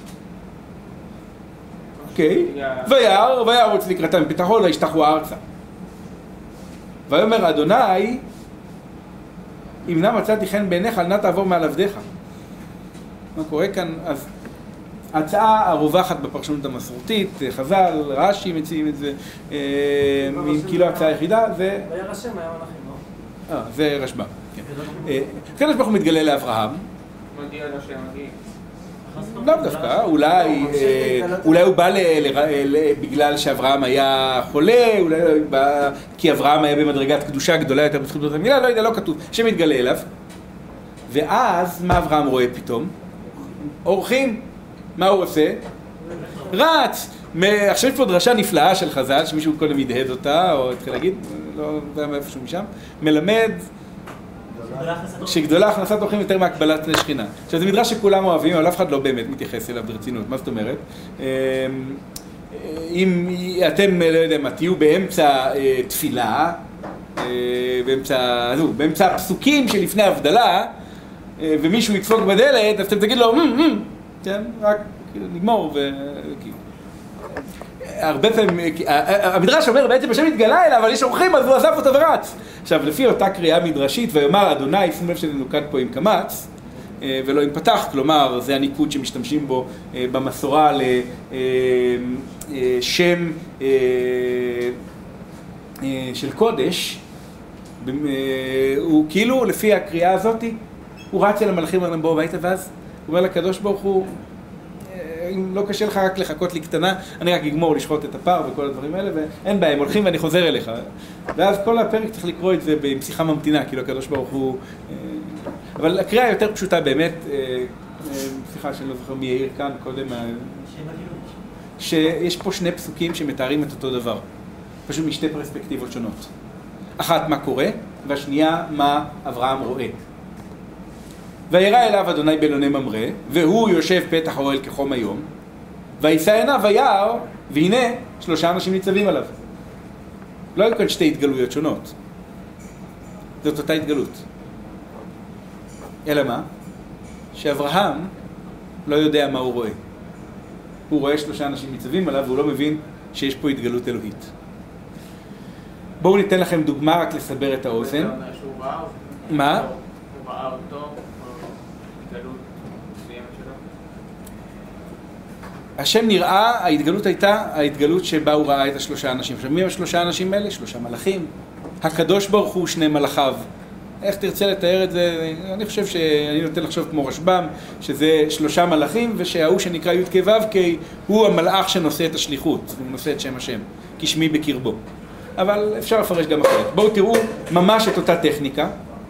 אוקיי, וירא רוצה לקראתם מפתח האוהל וישתחו ארצה. ויאמר אדוני אם נא מצאתי חן בעיניך אל נא תעבור מעל עבדיך. מה קורה כאן? אז ההצעה הרווחת בפרשנות המסורתית, חז"ל, רש"י מציעים את זה, כאילו ההצעה היחידה זה... וירא השם היה מלאכים, לא? זה רשב"ם, כן. כאן רשב"ם מתגלה לאברהם. מודיע לו שהם מגיעים. לא דווקא, אולי הוא בא בגלל שאברהם היה חולה, אולי כי אברהם היה במדרגת קדושה גדולה יותר בזכות המילה, לא יודע, לא כתוב, שמתגלה אליו. ואז מה אברהם רואה פתאום? אורחים. מה הוא עושה? רץ! עכשיו יש פה דרשה נפלאה של חז"ל, שמישהו קודם ידהד אותה, או התחיל להגיד, לא יודע מאיפשהו משם, מלמד... שגדולה הכנסת אורחים יותר מהקבלת פני שכינה. עכשיו זה מדרש שכולם אוהבים, אבל אף אחד לא באמת מתייחס אליו ברצינות. מה זאת אומרת? אם אתם, לא יודע מה, תהיו באמצע תפילה, באמצע הפסוקים שלפני הבדלה, ומישהו ידפוק בדלת, אז אתם תגיד לו, כן, רק נגמור הרבה פעמים, המדרש אומר בעצם השם התגלה אליו, אבל יש אורחים, אז הוא עזב אותו ורץ. עכשיו, לפי אותה קריאה מדרשית, ויאמר אדוני, שימו לב שזה נוקד פה עם קמץ, ולא עם פתח, כלומר, זה הניקוד שמשתמשים בו במסורה לשם של קודש, הוא כאילו, לפי הקריאה הזאת, הוא רץ אל המלאכים ואומרים בואו הביתה, ואז הוא אומר לקדוש ברוך הוא, אם לא קשה לך רק לחכות לי קטנה, אני רק אגמור לשחוט את הפר וכל הדברים האלה, ואין בעיה, הם הולכים ואני חוזר אליך. ואז כל הפרק צריך לקרוא את זה עם שיחה ממתינה, כאילו הקדוש ברוך הוא... אבל הקריאה יותר פשוטה באמת, שיחה שאני לא זוכר מי העיר כאן קודם, שיש פה שני פסוקים שמתארים את אותו דבר, פשוט משתי פרספקטיבות שונות. אחת מה קורה, והשנייה מה אברהם רואה. וירא אליו אדוני באלוני ממרא, והוא יושב פתח האוהל כחום היום, וישא עיניו וירא, והנה 3 אנשים ניצבים עליו. לא היו כאן שתי התגלויות שונות. זאת אותה התגלות. אלא מה? שאברהם לא יודע מה הוא רואה. הוא רואה 3 אנשים ניצבים עליו, והוא לא מבין שיש פה התגלות אלוהית. בואו ניתן לכם דוגמה רק לסבר את האוזן. מה? הוא ראה אותו. השם נראה, ההתגלות הייתה ההתגלות שבה הוא ראה את 3 אנשים. עכשיו, מי הם 3 אנשים האלה? 3 מלאכים. הקדוש ברוך הוא 2 מלאכיו. איך תרצה לתאר את זה? אני חושב שאני נותן לחשוב כמו רשב"ם, שזה 3 מלאכים, ושההוא שנקרא י' כ' ו' כ' הוא המלאך שנושא את השליחות, הוא נושא את שם השם, כשמי בקרבו. אבל אפשר לפרש גם אחרת. בואו תראו ממש את אותה טכניקה.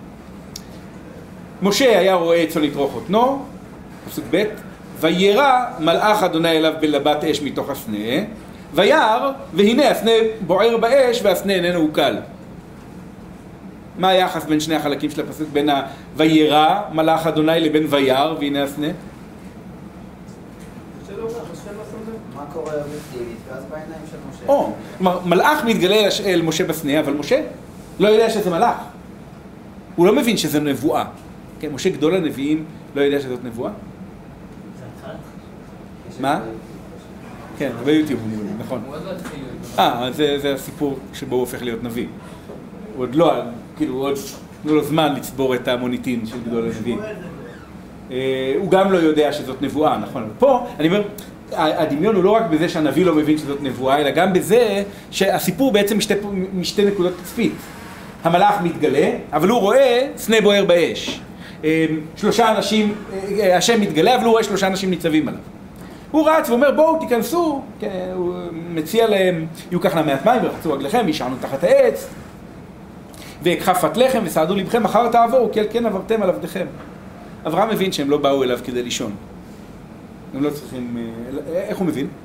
משה היה רואה צאן לטרוך אתנו, פסוק ב', וירא מלאך אדוני אליו בלבת אש מתוך הסנה, וירא, והנה הסנה בוער באש והסנה איננו עוקל. מה היחס בין שני החלקים של הפסוק, בין וירא מלאך אדוני לבין וירא והנה הסנה? מה קורה אובייקטיבית? ואז בעיניים של משה. כלומר, מלאך מתגלה אל משה בסנה, אבל משה לא יודע שזה מלאך. הוא לא מבין שזה נבואה. כן, משה גדול הנביאים לא יודע שזאת נבואה. מה? כן, ביוטיוב, נכון. זה הסיפור שבו הוא הופך להיות נביא. הוא עוד לא, כאילו, עוד לא זמן לצבור את המוניטין של גדול הנביאים. הוא גם לא יודע שזאת נבואה, נכון. פה, אני אומר, הדמיון הוא לא רק בזה שהנביא לא מבין שזאת נבואה, אלא גם בזה שהסיפור בעצם משתי נקודות תצפית. המלאך מתגלה, אבל הוא רואה סנה בוער באש. 3 אנשים, השם מתגלה, אבל הוא רואה 3 אנשים ניצבים עליו. הוא רץ ואומר בואו תיכנסו, הוא מציע להם, יהיו כך מעט מים ורחצו רגליכם וישענו תחת העץ ויקחה פת לחם וסעדו לבכם מחר תעבורו כי על כן עברתם על עבדיכם. אברהם מבין שהם לא באו אליו כדי לישון. הם לא צריכים, איך הוא מבין?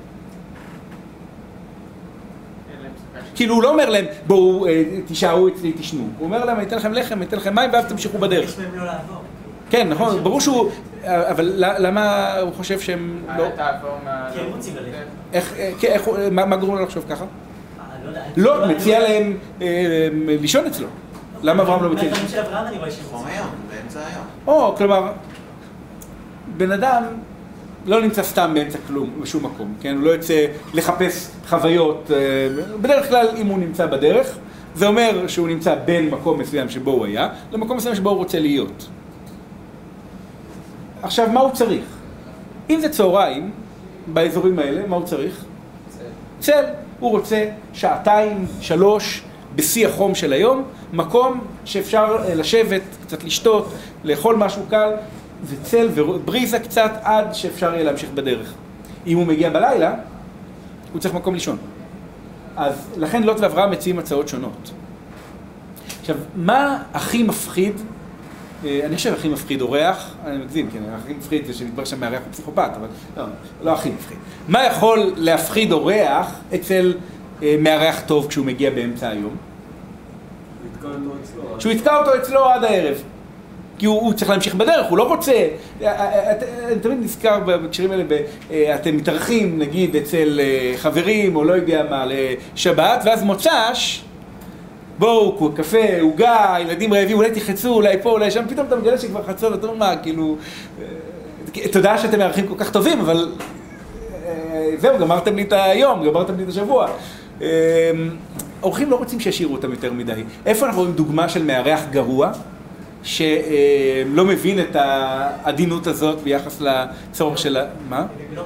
כאילו הוא לא אומר להם בואו תישארו אצלי תשנו, הוא אומר להם אני אתן לכם לחם, אני אתן לכם מים ואז תמשיכו בדרך. כן, נכון, ברור שהוא, אבל למה הוא חושב שהם לא... כי הם רוצים ללכת. מה גורם לו לחשוב ככה? לא, מציע להם לישון אצלו. למה אברהם לא מציע? מהחיים של אברהם אני רואה שחום היום, באמצע היום. כלומר, בן אדם לא נמצא סתם באמצע כלום, בשום מקום, כן? הוא לא יוצא לחפש חוויות. בדרך כלל, אם הוא נמצא בדרך, זה אומר שהוא נמצא בין מקום מסוים שבו הוא היה, למקום מסוים שבו הוא רוצה להיות. עכשיו, מה הוא צריך? אם זה צהריים, באזורים האלה, מה הוא צריך? צל. הוא רוצה 2-3 בשיא החום של היום, מקום שאפשר לשבת, קצת לשתות, לאכול משהו קל, וצל ובריזה קצת עד שאפשר יהיה להמשיך בדרך. אם הוא מגיע בלילה, הוא צריך מקום לישון. אז לכן לוט ואברהם מציעים הצעות שונות. עכשיו, מה הכי מפחיד? אני חושב הכי מפחיד אורח, אני מגזים, כן, הכי מפחיד זה שמתברר שהמארח הוא פסיכופת, אבל לא הכי מפחיד. מה יכול להפחיד אורח אצל מארח טוב כשהוא מגיע באמצע היום? שהוא יתקע אותו אצלו עד הערב. כי הוא צריך להמשיך בדרך, הוא לא רוצה, אני תמיד נזכר בקשרים האלה, אתם מתארחים נגיד אצל חברים או לא יודע מה לשבת, ואז מוצ"ש, בואו, קפה, עוגה, ילדים רעבים, אולי תחצו, אולי פה, אולי שם, פתאום אתה מגלה שכבר חצות, אתה אומר מה, כאילו, תודה שאתם מארחים כל כך טובים, אבל זהו, גמרתם לי את היום, גמרתם לי את השבוע. אורחים לא רוצים שישאירו אותם יותר מדי. איפה אנחנו רואים דוגמה של מארח גרוע, שלא מבין את העדינות הזאת ביחס לצורך של מה?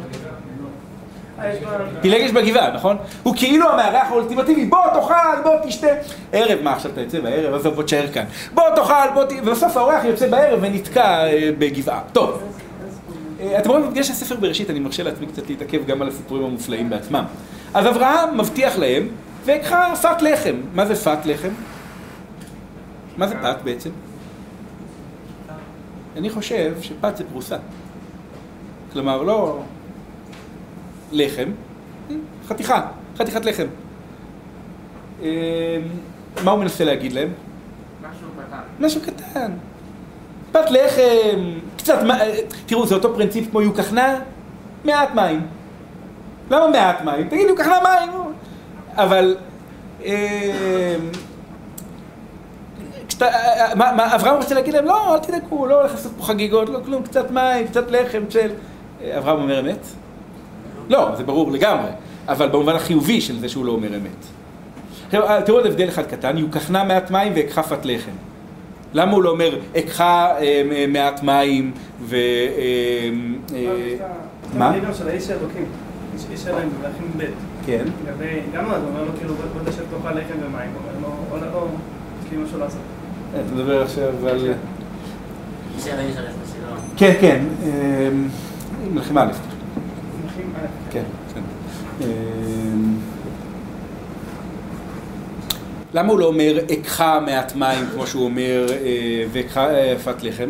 פילגש בגבעה, נכון? הוא כאילו המארח האולטימטיבי, בוא תאכל, בוא תשתה. ערב, מה עכשיו אתה יוצא בערב? אז בוא תשאר כאן. בוא תאכל, ובסוף האורח יוצא בערב ונתקע בגבעה. טוב. אתם רואים, בגלל שהספר בראשית, אני מרשה לעצמי קצת להתעכב גם על הסיפורים המופלאים בעצמם. אז אברהם מבטיח להם, ויקחה פת לחם. מה זה פת לחם? מה זה פת בעצם? אני חושב שפת זה פרוסה. כלומר, לא לחם, חתיכת לחם. מה הוא מנסה להגיד להם? משהו קטן. פת לחם, קצת, תראו, זה אותו פרינציפ כמו יוקחנה, מעט מים. למה מעט מים? תגיד, יוקחנה מים. אבל, אברהם רוצה להגיד להם, לא, אל תדאגו, לא הולך לעשות פה חגיגות, לא כלום, קצת מים, קצת לחם, צ'ל. אברהם אומר אמת? לא, זה ברור לגמרי, אבל במובן החיובי של זה שהוא לא אומר אמת. תראו עוד הבדל אחד קטן, יוקחנה מעט מים ואקחה פת לחם. למה הוא לא אומר, אקחה מעט מים ו... מה? הליבר של האיש האלוקים, איש אלוהים, במלכים ב'. כן. גם אז, הוא אומר לו, כאילו, בוא תשב תאכל לחם ומים, הוא אומר לו, כאילו משהו לעשות. אתה מדבר עכשיו על... איש אלוהים של הסבא שלו. כן, כן, מלכים א'. מלכים א'. כן, כן. למה הוא לא אומר אקחה מעט מים כמו שהוא אומר ואקחה פת לחם?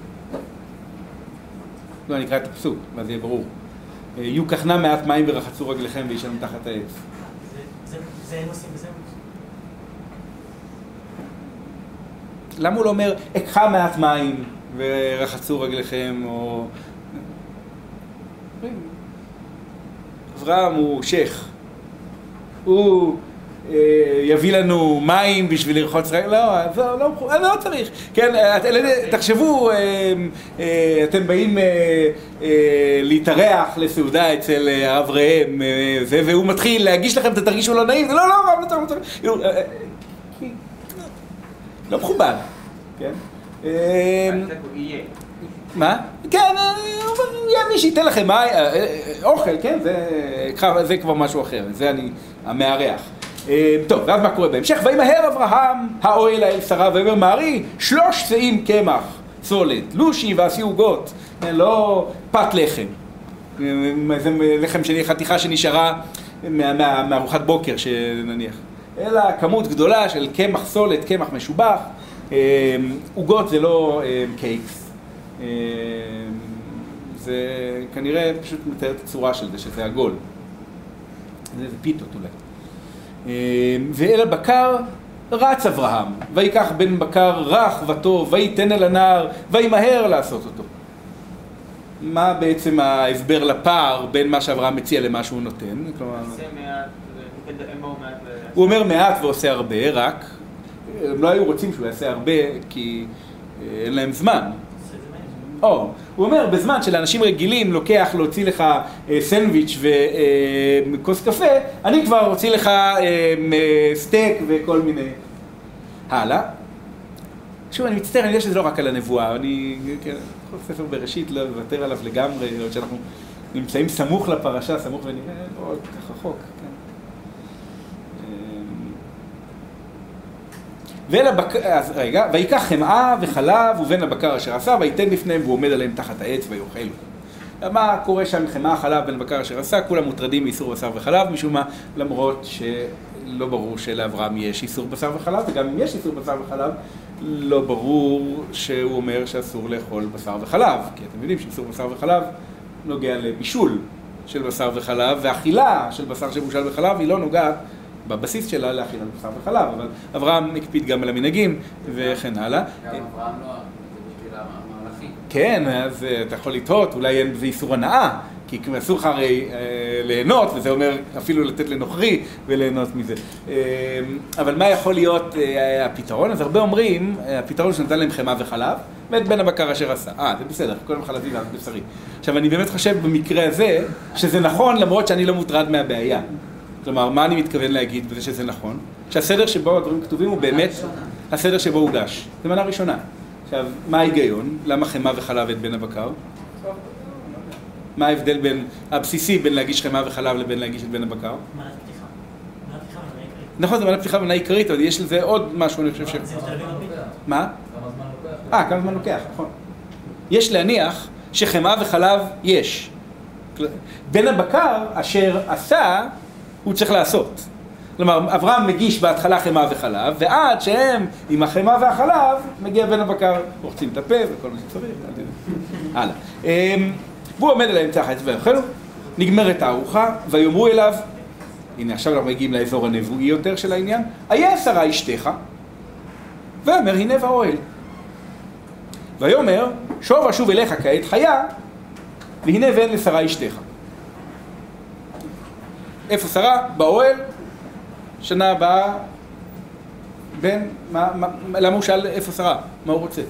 לא, אני אקרא את הפסוק, מה זה יהיה ברור. יוקחנה מעט מים ורחצו רגליכם וישנו תחת העץ. זה הם עושים, וזה הם עושים. למה הוא לא אומר אקחה מעט מים ורחצו רגליכם או... אברהם הוא שייך. הוא... יביא לנו מים בשביל לרחוץ רגל, לא צריך. כן, תחשבו, אתם באים להתארח לסעודה אצל הרב ראם, והוא מתחיל להגיש לכם, תרגישו לא נעים, לא, לא צריך. לא מכובד, כן? מה? כן, יהיה מי שייתן לכם אוכל, כן? זה כבר משהו אחר, זה אני המארח. טוב, ואז מה קורה בהמשך? וימהר אברהם האוהל אל שרה ואומר מהרי 3 שאים קמח סולת, לושי ועשי עוגות, לא פת לחם, זה לחם שלי, חתיכה שנשארה מארוחת בוקר שנניח, אלא כמות גדולה של קמח סולת, קמח משובח. עוגות זה לא קייקס, זה כנראה פשוט מתאר את הצורה של זה, שזה עגול, זה פיתות אולי. ואל הבקר רץ אברהם, ויקח בן בקר רך וטוב, ויתן אל הנער, וימהר לעשות אותו. מה בעצם ההסבר לפער בין מה שאברהם מציע למה שהוא נותן? הוא אומר מעט ועושה הרבה, רק הם לא היו רוצים שהוא יעשה הרבה כי אין להם זמן. הוא אומר, בזמן שלאנשים רגילים לוקח להוציא לך סנדוויץ' וכוס קפה, אני כבר הוציא לך סטייק וכל מיני. הלאה. שוב, אני מצטער, אני יודע שזה לא רק על הנבואה, אני כל ספר בראשית לא לוותר עליו לגמרי, עוד שאנחנו נמצאים סמוך לפרשה, סמוך ונראה, לא כך רחוק. ויקח חמאה וחלב ובין הבקר אשר עשה ויתן לפניהם והוא עומד עליהם תחת העץ ויאכלו. מה קורה שם עם חמאה, חלב בין הבקר אשר עשה? כולם מוטרדים מאיסור בשר וחלב משום מה, למרות שלא ברור שלאברהם יש איסור בשר וחלב, וגם אם יש איסור בשר וחלב לא ברור שהוא אומר שאסור לאכול בשר וחלב, כי אתם יודעים שאיסור בשר וחלב נוגע לבישול של בשר וחלב, ואכילה של בשר שבושל בחלב היא לא נוגעת בבסיס שלה להכיל על בשר וחלב, אבל אברהם הקפיד גם על המנהגים וכן הלאה. גם אברהם לא, זה בשביל כן, אז אתה יכול לטעות, אולי אין בזה איסור הנאה, כי אסור לך הרי ליהנות, וזה אומר אפילו לתת לנוכרי וליהנות מזה. אבל מה יכול להיות הפתרון? אז הרבה אומרים, הפתרון שנתן להם חמאה וחלב, ואת בן הבקר אשר עשה. זה בסדר, קודם חלבי ואז בשרי. עכשיו, אני באמת חושב במקרה הזה, שזה נכון למרות שאני לא מוטרד מהבעיה. כלומר, מה אני מתכוון להגיד בזה שזה נכון? שהסדר שבו הדברים כתובים הוא באמת הסדר שבו הוגש. זה מנה ראשונה. עכשיו, מה ההיגיון? למה חמאה וחלב את בן הבקר? מה ההבדל הבסיסי בין להגיש חמאה וחלב לבין להגיש את בן הבקר? מנת פתיחה. מנת פתיחה ומנה עיקרית. נכון, זה מנת פתיחה ומנה עיקרית, אבל יש לזה עוד משהו, אני חושב ש... זה יותר רבים. מה? כמה זמן לוקח? כמה זמן לוקח, נכון. יש להניח שחמאה וחלב יש. בן הבקר אשר עשה, הוא צריך לעשות. כלומר, אברהם מגיש בהתחלה חמאה וחלב, ועד שהם עם החמאה והחלב, מגיע בן הבקר, רוחצים את הפה וכל מה שצריך. הלאה. והוא עומד על האמצע החץ ויאכלו, נגמרת הארוחה, ויאמרו אליו, הנה עכשיו אנחנו מגיעים לאזור הנבואי יותר של העניין, היה שרה אשתך, ואומר הנה באוהל. ויאמר, שוב אשוב אליך כעת חיה, והנה ואין לשרה אשתך. איפה שרה? באוהל. שנה הבאה, בן, למה הוא שאל איפה שרה? מה הוא רוצה?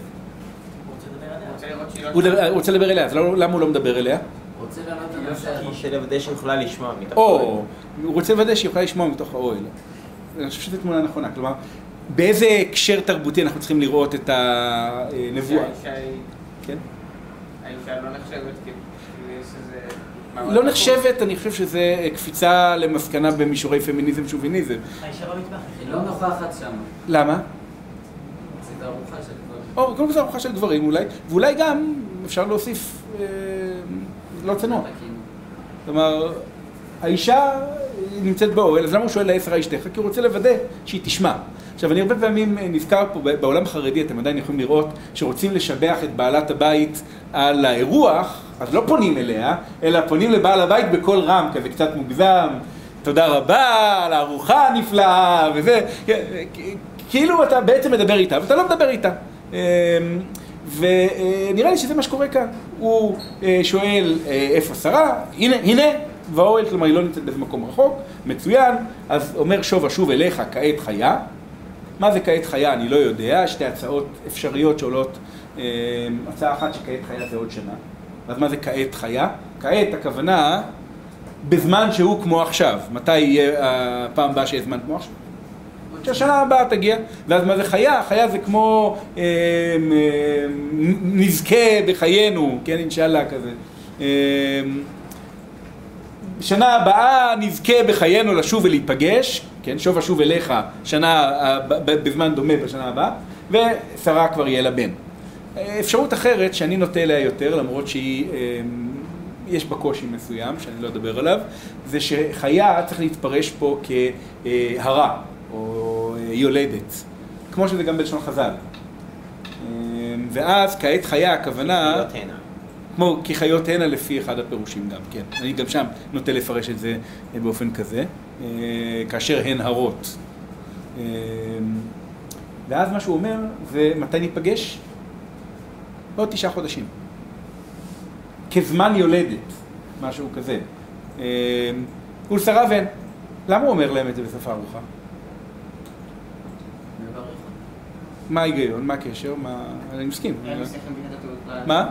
הוא רוצה לדבר אליה, אז למה הוא לא מדבר אליה? הוא רוצה לענות על הנושא. הוא רוצה לוודא שיכולה לשמוע מתוך או, האוהל. הוא רוצה לוודא שיכולה לשמוע מתוך האוהל. אני חושב שזו תמונה נכונה, כלומר, באיזה הקשר תרבותי אנחנו צריכים לראות את הנבואה? כן? האישה לא נחשבת כאילו שזה... לא נחשבת, אני חושב שזה קפיצה למסקנה במישורי פמיניזם שוביניזם. האישה במטבח. היא לא נוכחת שם. למה? זה תערוכה של גברים. או, קודם כל זה ארוחה של גברים אולי, ואולי גם אפשר להוסיף לא צנוע. כלומר, האישה נמצאת באוהל, אז למה הוא שואל לעשרה אשתך? כי הוא רוצה לוודא שהיא תשמע. עכשיו, אני הרבה פעמים נזכר פה, בעולם החרדי אתם עדיין יכולים לראות שרוצים לשבח את בעלת הבית על האירוח, אז לא פונים אליה, אלא פונים לבעל הבית בכל רם, כזה קצת מוגזם, תודה רבה על הארוחה הנפלאה וזה, כאילו אתה בעצם מדבר איתה, ואתה לא מדבר איתה. ונראה לי שזה מה שקורה כאן. הוא שואל איפה שרה, הנה, והאוהל, כלומר היא לא נמצאת באיזה מקום רחוק, מצוין, אז אומר שוב אשוב אליך כעת חיה. מה זה כעת חיה? אני לא יודע, שתי הצעות אפשריות שעולות, הצעה אחת שכעת חיה זה עוד שנה. אז מה זה כעת חיה? כעת הכוונה בזמן שהוא כמו עכשיו. מתי יהיה הפעם הבאה שיהיה זמן כמו עכשיו? שהשנה הבאה תגיע. ואז מה זה חיה? חיה זה כמו נזכה בחיינו, כן, אינשאללה כזה. שנה הבאה נזכה בחיינו לשוב ולהיפגש, כן, שוב אשוב אליך שנה בזמן דומה בשנה הבאה, ושרה כבר יהיה לה בן. אפשרות אחרת שאני נוטה אליה יותר, למרות שהיא, יש בה קושי מסוים, שאני לא אדבר עליו, זה שחיה צריך להתפרש פה כהרה, או יולדת, כמו שזה גם בלשון חז"ל. ואז כעת חיה הכוונה... כמו כחיות הנה לפי אחד הפירושים גם, כן. אני גם שם נוטה לפרש את זה באופן כזה, כאשר הן הרות. ואז מה שהוא אומר, ומתי ניפגש? עוד 9 חודשים. כזמן יולדת, משהו כזה. ולשרה בן. למה הוא אומר להם את זה בסוף הארוחה? מה ההיגיון? מה הקשר? אני מסכים. מה?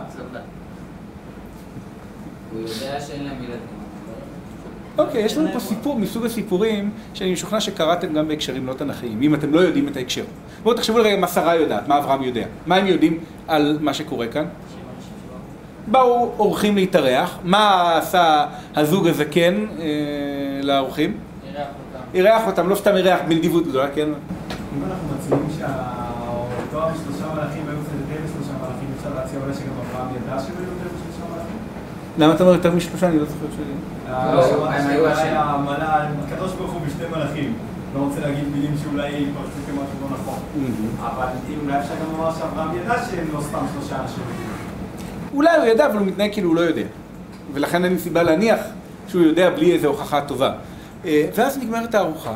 הוא יודע שאין להם ילדים. אוקיי, יש לנו פה סיפור מסוג הסיפורים שאני משוכנע שקראתם גם בהקשרים לא תנכיים, אם אתם לא יודעים את ההקשר. בואו תחשבו לרגע מה שרה יודעת, מה אברהם יודע. מה הם יודעים על מה שקורה כאן? באו אורחים להתארח, מה עשה הזוג הזקן לאורחים? אירח אותם, לא סתם אירח בנדיבות גדולה, כן? אם אנחנו מציעים שהתואר בשלושה מלאכים והיו די בשלושה מלאכים, אפשר להציע אולי שגם אברהם ידע שהם היו יותר בשלושה מלאכים? למה אתה אומר יותר משלושה? אני לא זוכר ש... הם היו הקדוש ברוך הוא בשני מלאכים. לא רוצה להגיד מילים שאולי פרצו כמשהו לא נכון. אבל אולי אפשר גם לומר שאברהם ידע שהם לא סתם שלושה אנשים. אולי הוא ידע, אבל הוא מתנהג כאילו הוא לא יודע. ולכן אין סיבה להניח שהוא יודע בלי איזו הוכחה טובה. ואז נגמרת הארוחה,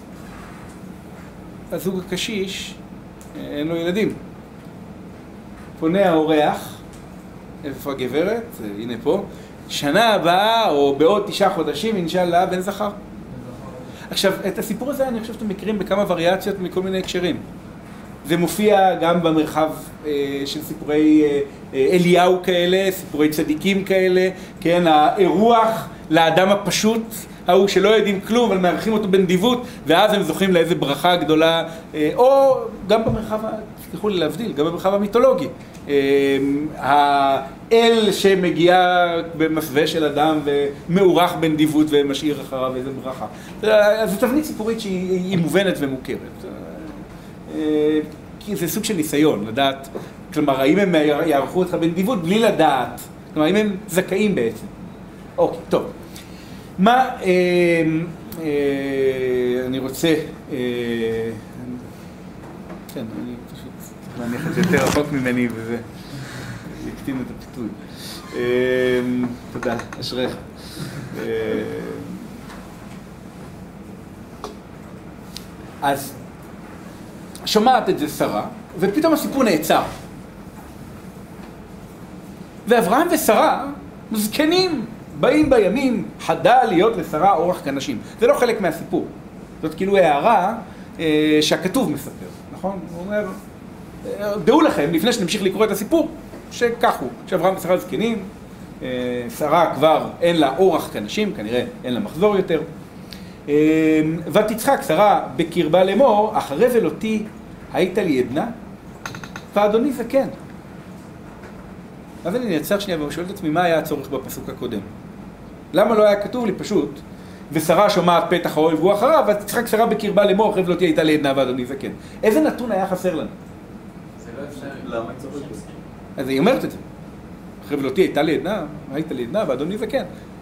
והזוג הקשיש אין לו ילדים. פונה האורח, איפה הגברת? הנה פה. שנה הבאה או בעוד 9 חודשים, אינשאללה, בן זכר. עכשיו, את הסיפור הזה אני חושב שאתם מכירים בכמה וריאציות מכל מיני הקשרים. זה מופיע גם במרחב של סיפורי אליהו כאלה, סיפורי צדיקים כאלה, כן, האירוח לאדם הפשוט, ההוא שלא יודעים כלום, אבל מארחים אותו בנדיבות, ואז הם זוכים לאיזה ברכה גדולה, או גם במרחב, תסלחו לי להבדיל, גם במרחב המיתולוגי. האל שמגיע במסווה של אדם ומאורח בנדיבות ומשאיר אחריו איזה ברכה. זו תבנית סיפורית שהיא מובנת ומוכרת. כי זה סוג של ניסיון, לדעת, כלומר, האם הם יערכו אותך בנדיבות בלי לדעת, כלומר, האם הם זכאים בעצם. אוקיי, טוב. מה, אני רוצה, כן, אני פשוט צריך להניח את זה יותר רחוק ממני וזה יקטין את הפיתוי. תודה, אשריך. אז שומעת את זה שרה, ופתאום הסיפור נעצר. ואברהם ושרה זקנים, באים בימים, חדל להיות לשרה אורח כנשים. זה לא חלק מהסיפור. זאת כאילו הערה שהכתוב מספר, נכון? הוא אומר, דעו לכם, לפני שנמשיך לקרוא את הסיפור, שכך הוא, שאברהם ושרה זקנים, שרה כבר אין לה אורח כנשים, כנראה אין לה מחזור יותר. ותצחק שרה בקרבה לאמור, אחרי ולותי היית לי עדנה, ואדוני זקן. אז אני נעצר שנייה ושואל את עצמי, מה היה הצורך בפסוק הקודם? למה לא היה כתוב לי פשוט, ושרה שומעת פתח האוהל והוא אחריו, ותצחק שרה בקרבה לאמור, אחרי ולותי הייתה לי עדנה ואדוני זקן. איזה נתון היה חסר לנו? זה לא אפשרי. למה היא צורך בזה? אז היא אומרת את זה. אחרי ולותי הייתה לי עדנה, הייתה לי עדנה ואדוני זקן.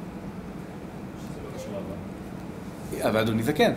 ואדוני זקן.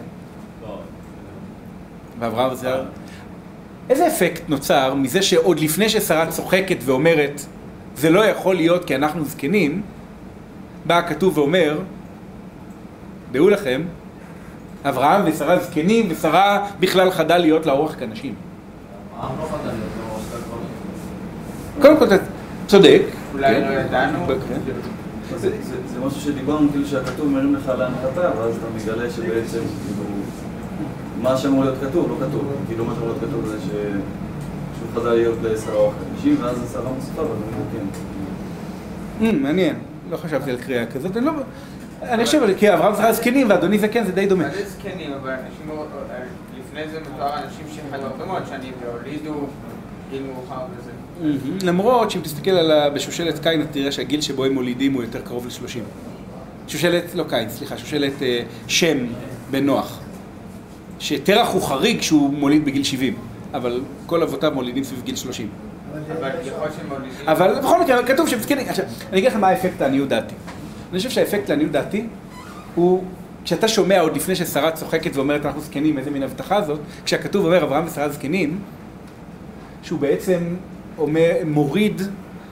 ואברהם ושרה. איזה אפקט נוצר מזה שעוד לפני ששרה צוחקת ואומרת, זה לא יכול להיות כי אנחנו זקנים, בא הכתוב ואומר, דעו לכם, אברהם ושרה זקנים, ושרה בכלל חדל להיות לאורך כנשים. אברהם לא חדל להיות לאורך כנשים. קודם כל, אתה צודק. אולי לא ידענו. זה משהו שדיברנו, כאילו שהכתוב מרים לך להנחתה, ואז אתה מגלה שבעצם, מה שאמור להיות כתוב, לא כתוב. כאילו מה שאמור להיות כתוב זה שהוא חדל להיות לשרה אורח כנשים, ואז השרה מוסיפה, אבל הוא כן. מעניין. לא חשבתי על קריאה כזאת, אני חושב כי אברהם ושרה זקנים ואדוני זקן זה די דומה. זה זקנים, אבל אנשים, לפני זה מתואר אנשים שחיו הרבה מאוד שנים והולידו גיל מאוחר וזה. למרות שאם תסתכל בשושלת קין, אתה תראה שהגיל שבו הם מולידים הוא יותר קרוב ל-30. שושלת, לא קין, סליחה, שושלת שם בן נוח. שתרח הוא חריג שהוא מוליד בגיל 70, אבל כל אבותיו מולידים סביב גיל 30. אבל יכול שהם מולידים... אבל בכל מקרה, כתוב שהם זקנים. עכשיו, אני אגיד לכם מה האפקט לעניות דעתי. אני חושב שהאפקט לעניות דעתי הוא, כשאתה שומע עוד לפני ששרה צוחקת ואומרת אנחנו זקנים, איזה מין הבטחה זאת, כשהכתוב אומר אברהם ושרה זקנים, שהוא בעצם מוריד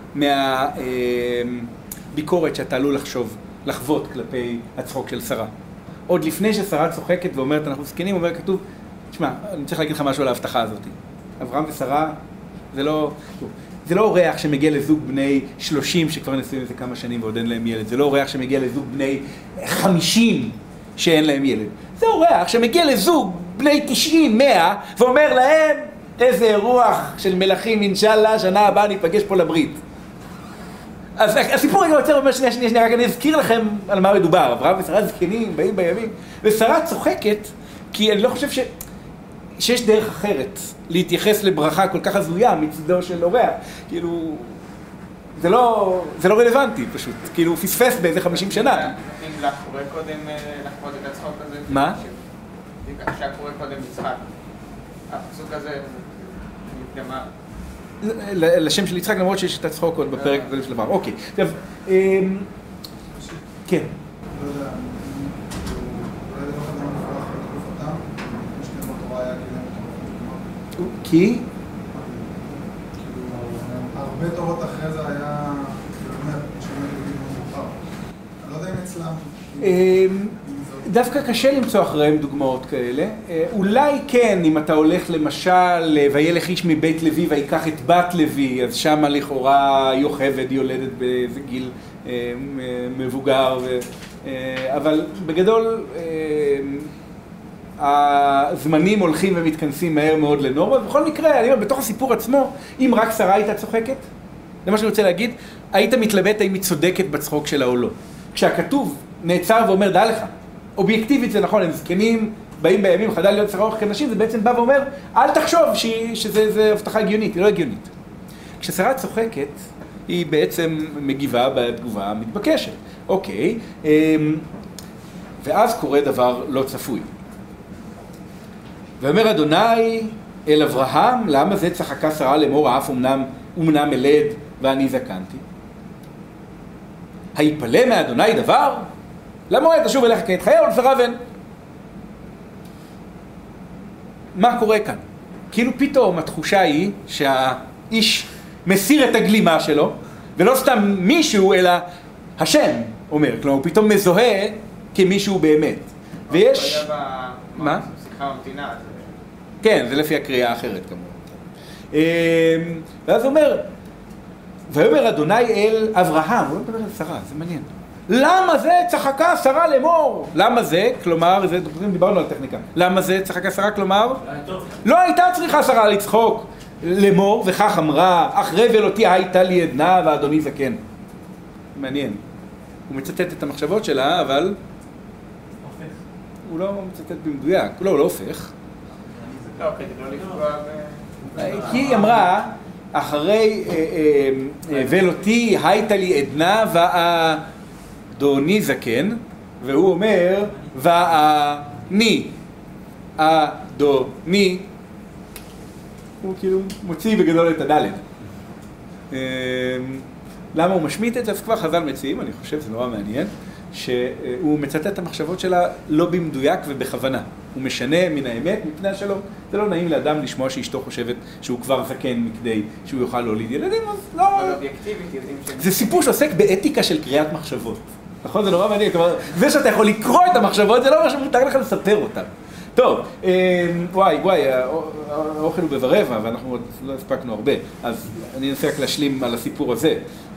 מהביקורת שאתה עלול לחוות כלפי הצחוק של שרה. עוד לפני ששרה צוחקת ואומרת אנחנו זקנים, אומר כתוב, תשמע, אני צריך להגיד לך משהו על ההבטחה הזאת. אברהם ושרה, זה לא אורח שמגיע לזוג בני 30 שכבר נשואים איזה כמה שנים ועוד אין להם ילד. זה לא אורח שמגיע לזוג בני 50 שאין להם ילד. זה אורח שמגיע לזוג בני 90, 100 ואומר להם איזה אירוח של מלכים אינשאללה, שנה הבאה ניפגש פה לברית. אז הסיפור רגע יוצר אומר שנייה, רק אני אזכיר לכם על מה מדובר. אברהם ושרה זקנים, באים בימים, ושרה צוחקת כי אני לא חושב שיש דרך אחרת להתייחס לברכה כל כך הזויה מצדו של אורח. כאילו, זה לא רלוונטי פשוט. כאילו, הוא פספס באיזה 50 שנה. אם לך קורא קודם לחוות את הצחוק הזה? מה? כשהיה קורא קודם יצחק. הפסוק הזה מתגמר. לשם של יצחק, למרות שיש את הצחוק עוד בפרק הקודם של דבר. אוקיי. טוב, כן. לא יודע, אולי דבר אחד מפרח בתקופתם, משתיים בתורה היה כאילו כי? כאילו, הרבה תורות אחרי זה היה, כאילו, באמת, שומע יהודים מאוד מאוחר. אני לא יודע אם אצלם... דווקא קשה למצוא אחריהם דוגמאות כאלה. אולי כן, אם אתה הולך למשל, וילך איש מבית לוי ויקח את בת לוי, אז שמה לכאורה יוכבד יולדת באיזה גיל מבוגר, אבל בגדול הזמנים הולכים ומתכנסים מהר מאוד לנורמה, ובכל מקרה, אני אומר, בתוך הסיפור עצמו, אם רק שרה הייתה צוחקת, זה מה שאני רוצה להגיד, היית מתלבט האם היא צודקת בצחוק שלה או לא. כשהכתוב נעצר ואומר, דע לך, אובייקטיבית זה נכון, הם זקנים, באים בימים, חדל להיות שרה אורך כנשים, זה בעצם בא ואומר, אל תחשוב שזה הבטחה הגיונית, היא לא הגיונית. כששרה צוחקת, היא בעצם מגיבה בתגובה המתבקשת. אוקיי, ואז קורה דבר לא צפוי. ואומר אדוני אל אברהם, למה זה צחקה שרה לאמור, האף אומנם אלד ואני זקנתי? היפלא מאדוני דבר? למועד תשוב אליך כעת חייה ולשרה בן. מה קורה כאן? כאילו פתאום התחושה היא שהאיש מסיר את הגלימה שלו, ולא סתם מישהו אלא השם אומר, כלומר הוא פתאום מזוהה כמישהו באמת. ויש... מה? שיחה ממתינה. כן, זה לפי הקריאה האחרת כמובן. ואז הוא אומר, ויאמר אדוני אל אברהם, הוא לא מדבר על שרה, זה מעניין. למה זה צחקה שרה לאמור? למה זה? כלומר, דיברנו על טכניקה. למה זה צחקה שרה? כלומר, לא הייתה צריכה שרה לצחוק לאמור, וכך אמרה, אחרי ולותי הייתה לי עדנה ואדוני זקן. מעניין. הוא מצטט את המחשבות שלה, אבל הוא לא מצטט במדויק. הוא לא הופך. לא, כדי לא לפגוע כי היא אמרה, אחרי ולותי הייתה לי עדנה ואדוני זקן, והוא אומר ואני אדוני, הוא כאילו מוציא בגדול את הדלת. למה הוא משמיט את זה? אז כבר חז"ל מציעים, אני חושב שזה נורא מעניין, שהוא מצטט את המחשבות שלה לא במדויק ובכוונה. הוא משנה מן האמת, מפני השלום. זה לא נעים לאדם לשמוע שאשתו חושבת שהוא כבר זקן מכדי שהוא יוכל להוליד ילדים, אז לא... אבל אובייקטיבית יודעים ש... זה סיפור שעוסק באתיקה של קריאת מחשבות. נכון? זה נורא מעניין. כלומר, זה שאתה יכול לקרוא את המחשבות, זה לא מה שמותר לך לספר אותן. טוב, וואי, האוכל הוא ברבע, ואנחנו עוד לא הספקנו הרבה, אז אני אנסה רק להשלים על הסיפור הזה.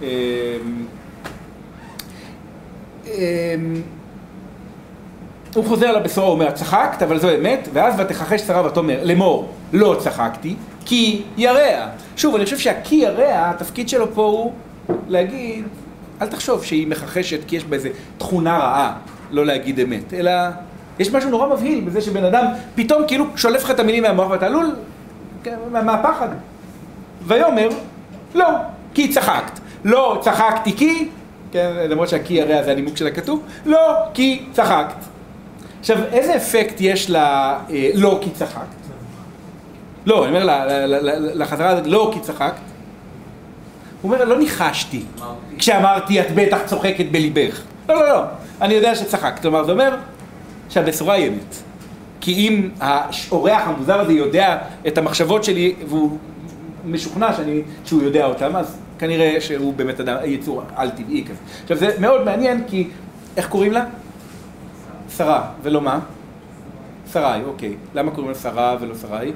הוא חוזר לבשורה, הוא אומר, צחקת, אבל זו אמת, ואז ותכחש שרה ותאמר, לאמור, לא צחקתי, כי ירע. שוב, אני חושב שהכי ירע, התפקיד שלו פה הוא להגיד, אל תחשוב שהיא מכחשת, כי יש בה איזו תכונה רעה, לא להגיד אמת, אלא יש משהו נורא מבהיל בזה שבן אדם פתאום כאילו שולף לך את המילים מהמוח ואתה עלול, מהפחד. ויאמר, לא, כי צחקת. לא צחקתי כי, כן, למרות שהכי ירע זה הנימוק של הכתוב, לא, כי צחקת. עכשיו, איזה אפקט יש לא כי צחקת? לא, אני אומר לחזרה הזאת, לא כי צחקת. הוא אומר, לא ניחשתי כשאמרתי, את בטח צוחקת בליבך. לא, אני יודע שצחקת. כלומר, זה אומר שהבשורה היא אמת. כי אם האורח המוזר הזה יודע את המחשבות שלי, והוא משוכנע שהוא יודע אותם, אז כנראה שהוא באמת יצור על-טבעי כזה. עכשיו, זה מאוד מעניין, כי איך קוראים לה? שרה, ולא מה? שרי, אוקיי. למה קוראים לה שרה ולא שרי?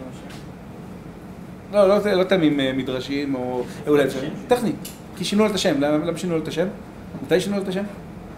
לא תמים מדרשים או... אולי זה טכני, כי שינו את השם. למה שינו את השם? מתי שינו את השם?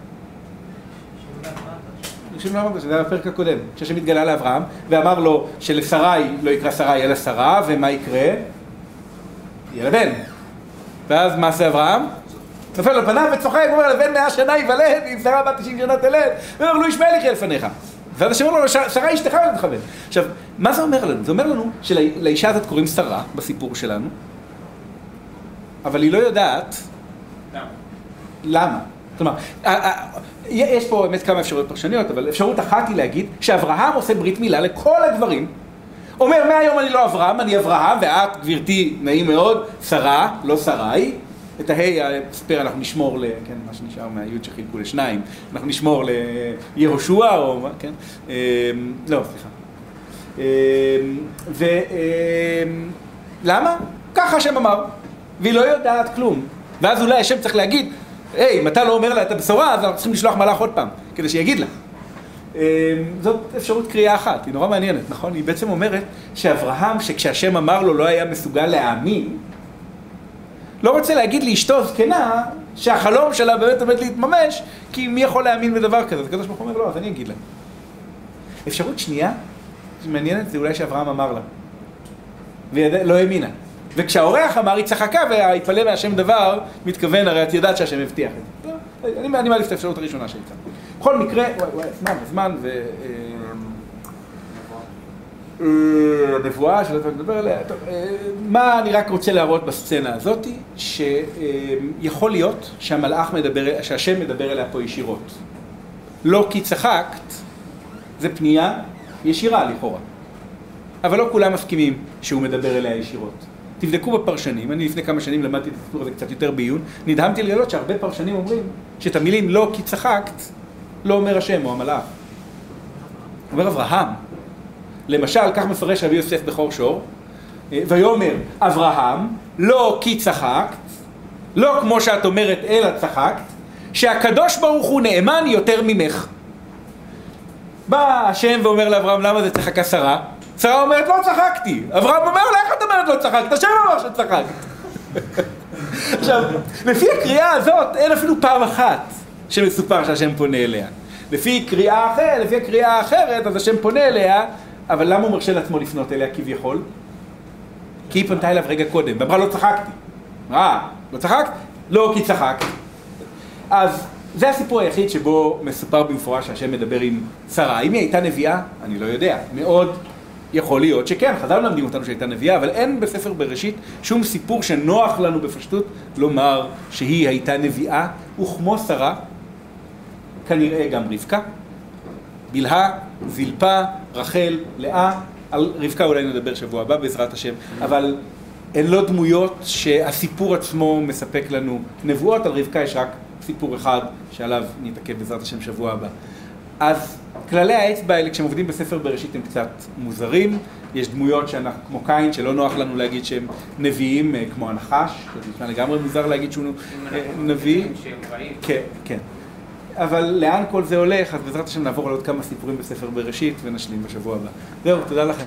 זה היה בפרק הקודם, כשהשם התגלה לאברהם ואמר לו שלשרי לא יקרא שרי אלא שרה, ומה יקרה? יהיה לבן. ואז מה עשה אברהם? נופל על פניו וצוחק, הוא אומר, לבן 100 שנה ייוולד, עם שרה בת 90 שנה תלד, ואומר לו, ישמעאל יחיה לפניך. ואז השם אומר לו, שרה אשתך ילד לך בן. עכשיו, מה זה אומר לנו? זה אומר לנו שלאישה הזאת קוראים שרה בסיפור שלנו, אבל היא לא יודעת למה. כלומר, יש פה באמת כמה אפשרויות פרשניות, אבל אפשרות אחת היא להגיד שאברהם עושה ברית מילה לכל הדברים. אומר, מהיום אני לא אברהם, אני אברהם, ואת, גבירתי, נעים מאוד, שרה, לא שרי. את ההי, הספר, אנחנו נשמור כן, מה שנשאר מהיוד שחילקו לשניים, אנחנו נשמור ליהושע, או מה, כן? לא, סליחה. למה? ככה השם אמר, והיא לא יודעת כלום. ואז אולי השם צריך להגיד, אם אתה לא אומר לה את הבשורה, אז אנחנו צריכים לשלוח מלאך עוד פעם, כדי שיגיד לה. זאת אפשרות קריאה אחת, היא נורא מעניינת, נכון? היא בעצם אומרת שאברהם, שכשהשם אמר לו לא היה מסוגל להאמין, לא רוצה להגיד לאשתו זקנה שהחלום שלה באמת עומד להתממש, כי מי יכול להאמין בדבר כזה? אז הקדוש ברוך הוא אומר, לא, אז אני אגיד לה. אפשרות שנייה, שמעניינת, זה אולי שאברהם אמר לה, ולא האמינה. וכשהאורח אמר, היא צחקה והיפלא מהשם דבר, מתכוון, הרי את ידעת שהשם הבטיח את זה. אני מעדיף את האפשרות הראשונה שהייתה. בכל מקרה, זמן, הנבואה שלא נדבר עליה, מה אני רק רוצה להראות בסצנה הזאת, שיכול להיות שהשם מדבר אליה פה ישירות. לא כי צחקת, זה פנייה ישירה לכאורה. אבל לא כולם מסכימים שהוא מדבר אליה ישירות. תבדקו בפרשנים, אני לפני כמה שנים למדתי את הסיפור הזה קצת יותר בעיון, נדהמתי לגלות שהרבה פרשנים אומרים שאת המילים לא כי צחקת, לא אומר השם או המלאך. אומר אברהם, למשל, כך מפרש רבי יוסף בכור שור, ויאמר אברהם, לא כי צחקת, לא כמו שאת אומרת אלא צחקת, שהקדוש ברוך הוא נאמן יותר ממך. בא השם ואומר לאברהם, למה זה צחקה שרה? שרה אומרת, לא צחקתי. אברהם אומר, איך את אומרת לא צחקת? השם אמר שצחקת. עכשיו, לפי הקריאה הזאת, אין אפילו פעם אחת שמסופר שהשם פונה אליה. לפי הקריאה האחרת, אז השם פונה אליה, אבל למה הוא מרשה לעצמו לפנות אליה כביכול? כי היא פנתה אליו רגע קודם, ואמרה, לא צחקתי. לא צחקת? לא, כי צחקת. אז זה הסיפור היחיד שבו מסופר במפורש שהשם מדבר עם שרה. אם היא הייתה נביאה, אני לא יודע. מאוד יכול להיות שכן, חז"ל מלמדים אותנו שהייתה נביאה, אבל אין בספר בראשית שום סיפור שנוח לנו בפשטות לומר שהיא הייתה נביאה, וכמו שרה, כנראה גם רבקה, בלהה, זלפה, רחל, לאה, על רבקה אולי נדבר שבוע הבא בעזרת השם, אבל הן לא דמויות שהסיפור עצמו מספק לנו נבואות. על רבקה יש רק סיפור אחד שעליו נתעכב בעזרת השם שבוע הבא. אז כללי האצבע האלה כשהם עובדים בספר בראשית הם קצת מוזרים. יש דמויות כמו קין שלא נוח לנו להגיד שהם נביאים, כמו הנחש, זה נשמע לגמרי מוזר להגיד שהוא נביא. כן, כן. אבל לאן כל זה הולך? אז בעזרת השם נעבור על עוד כמה סיפורים בספר בראשית ונשלים בשבוע הבא. זהו, תודה לכם.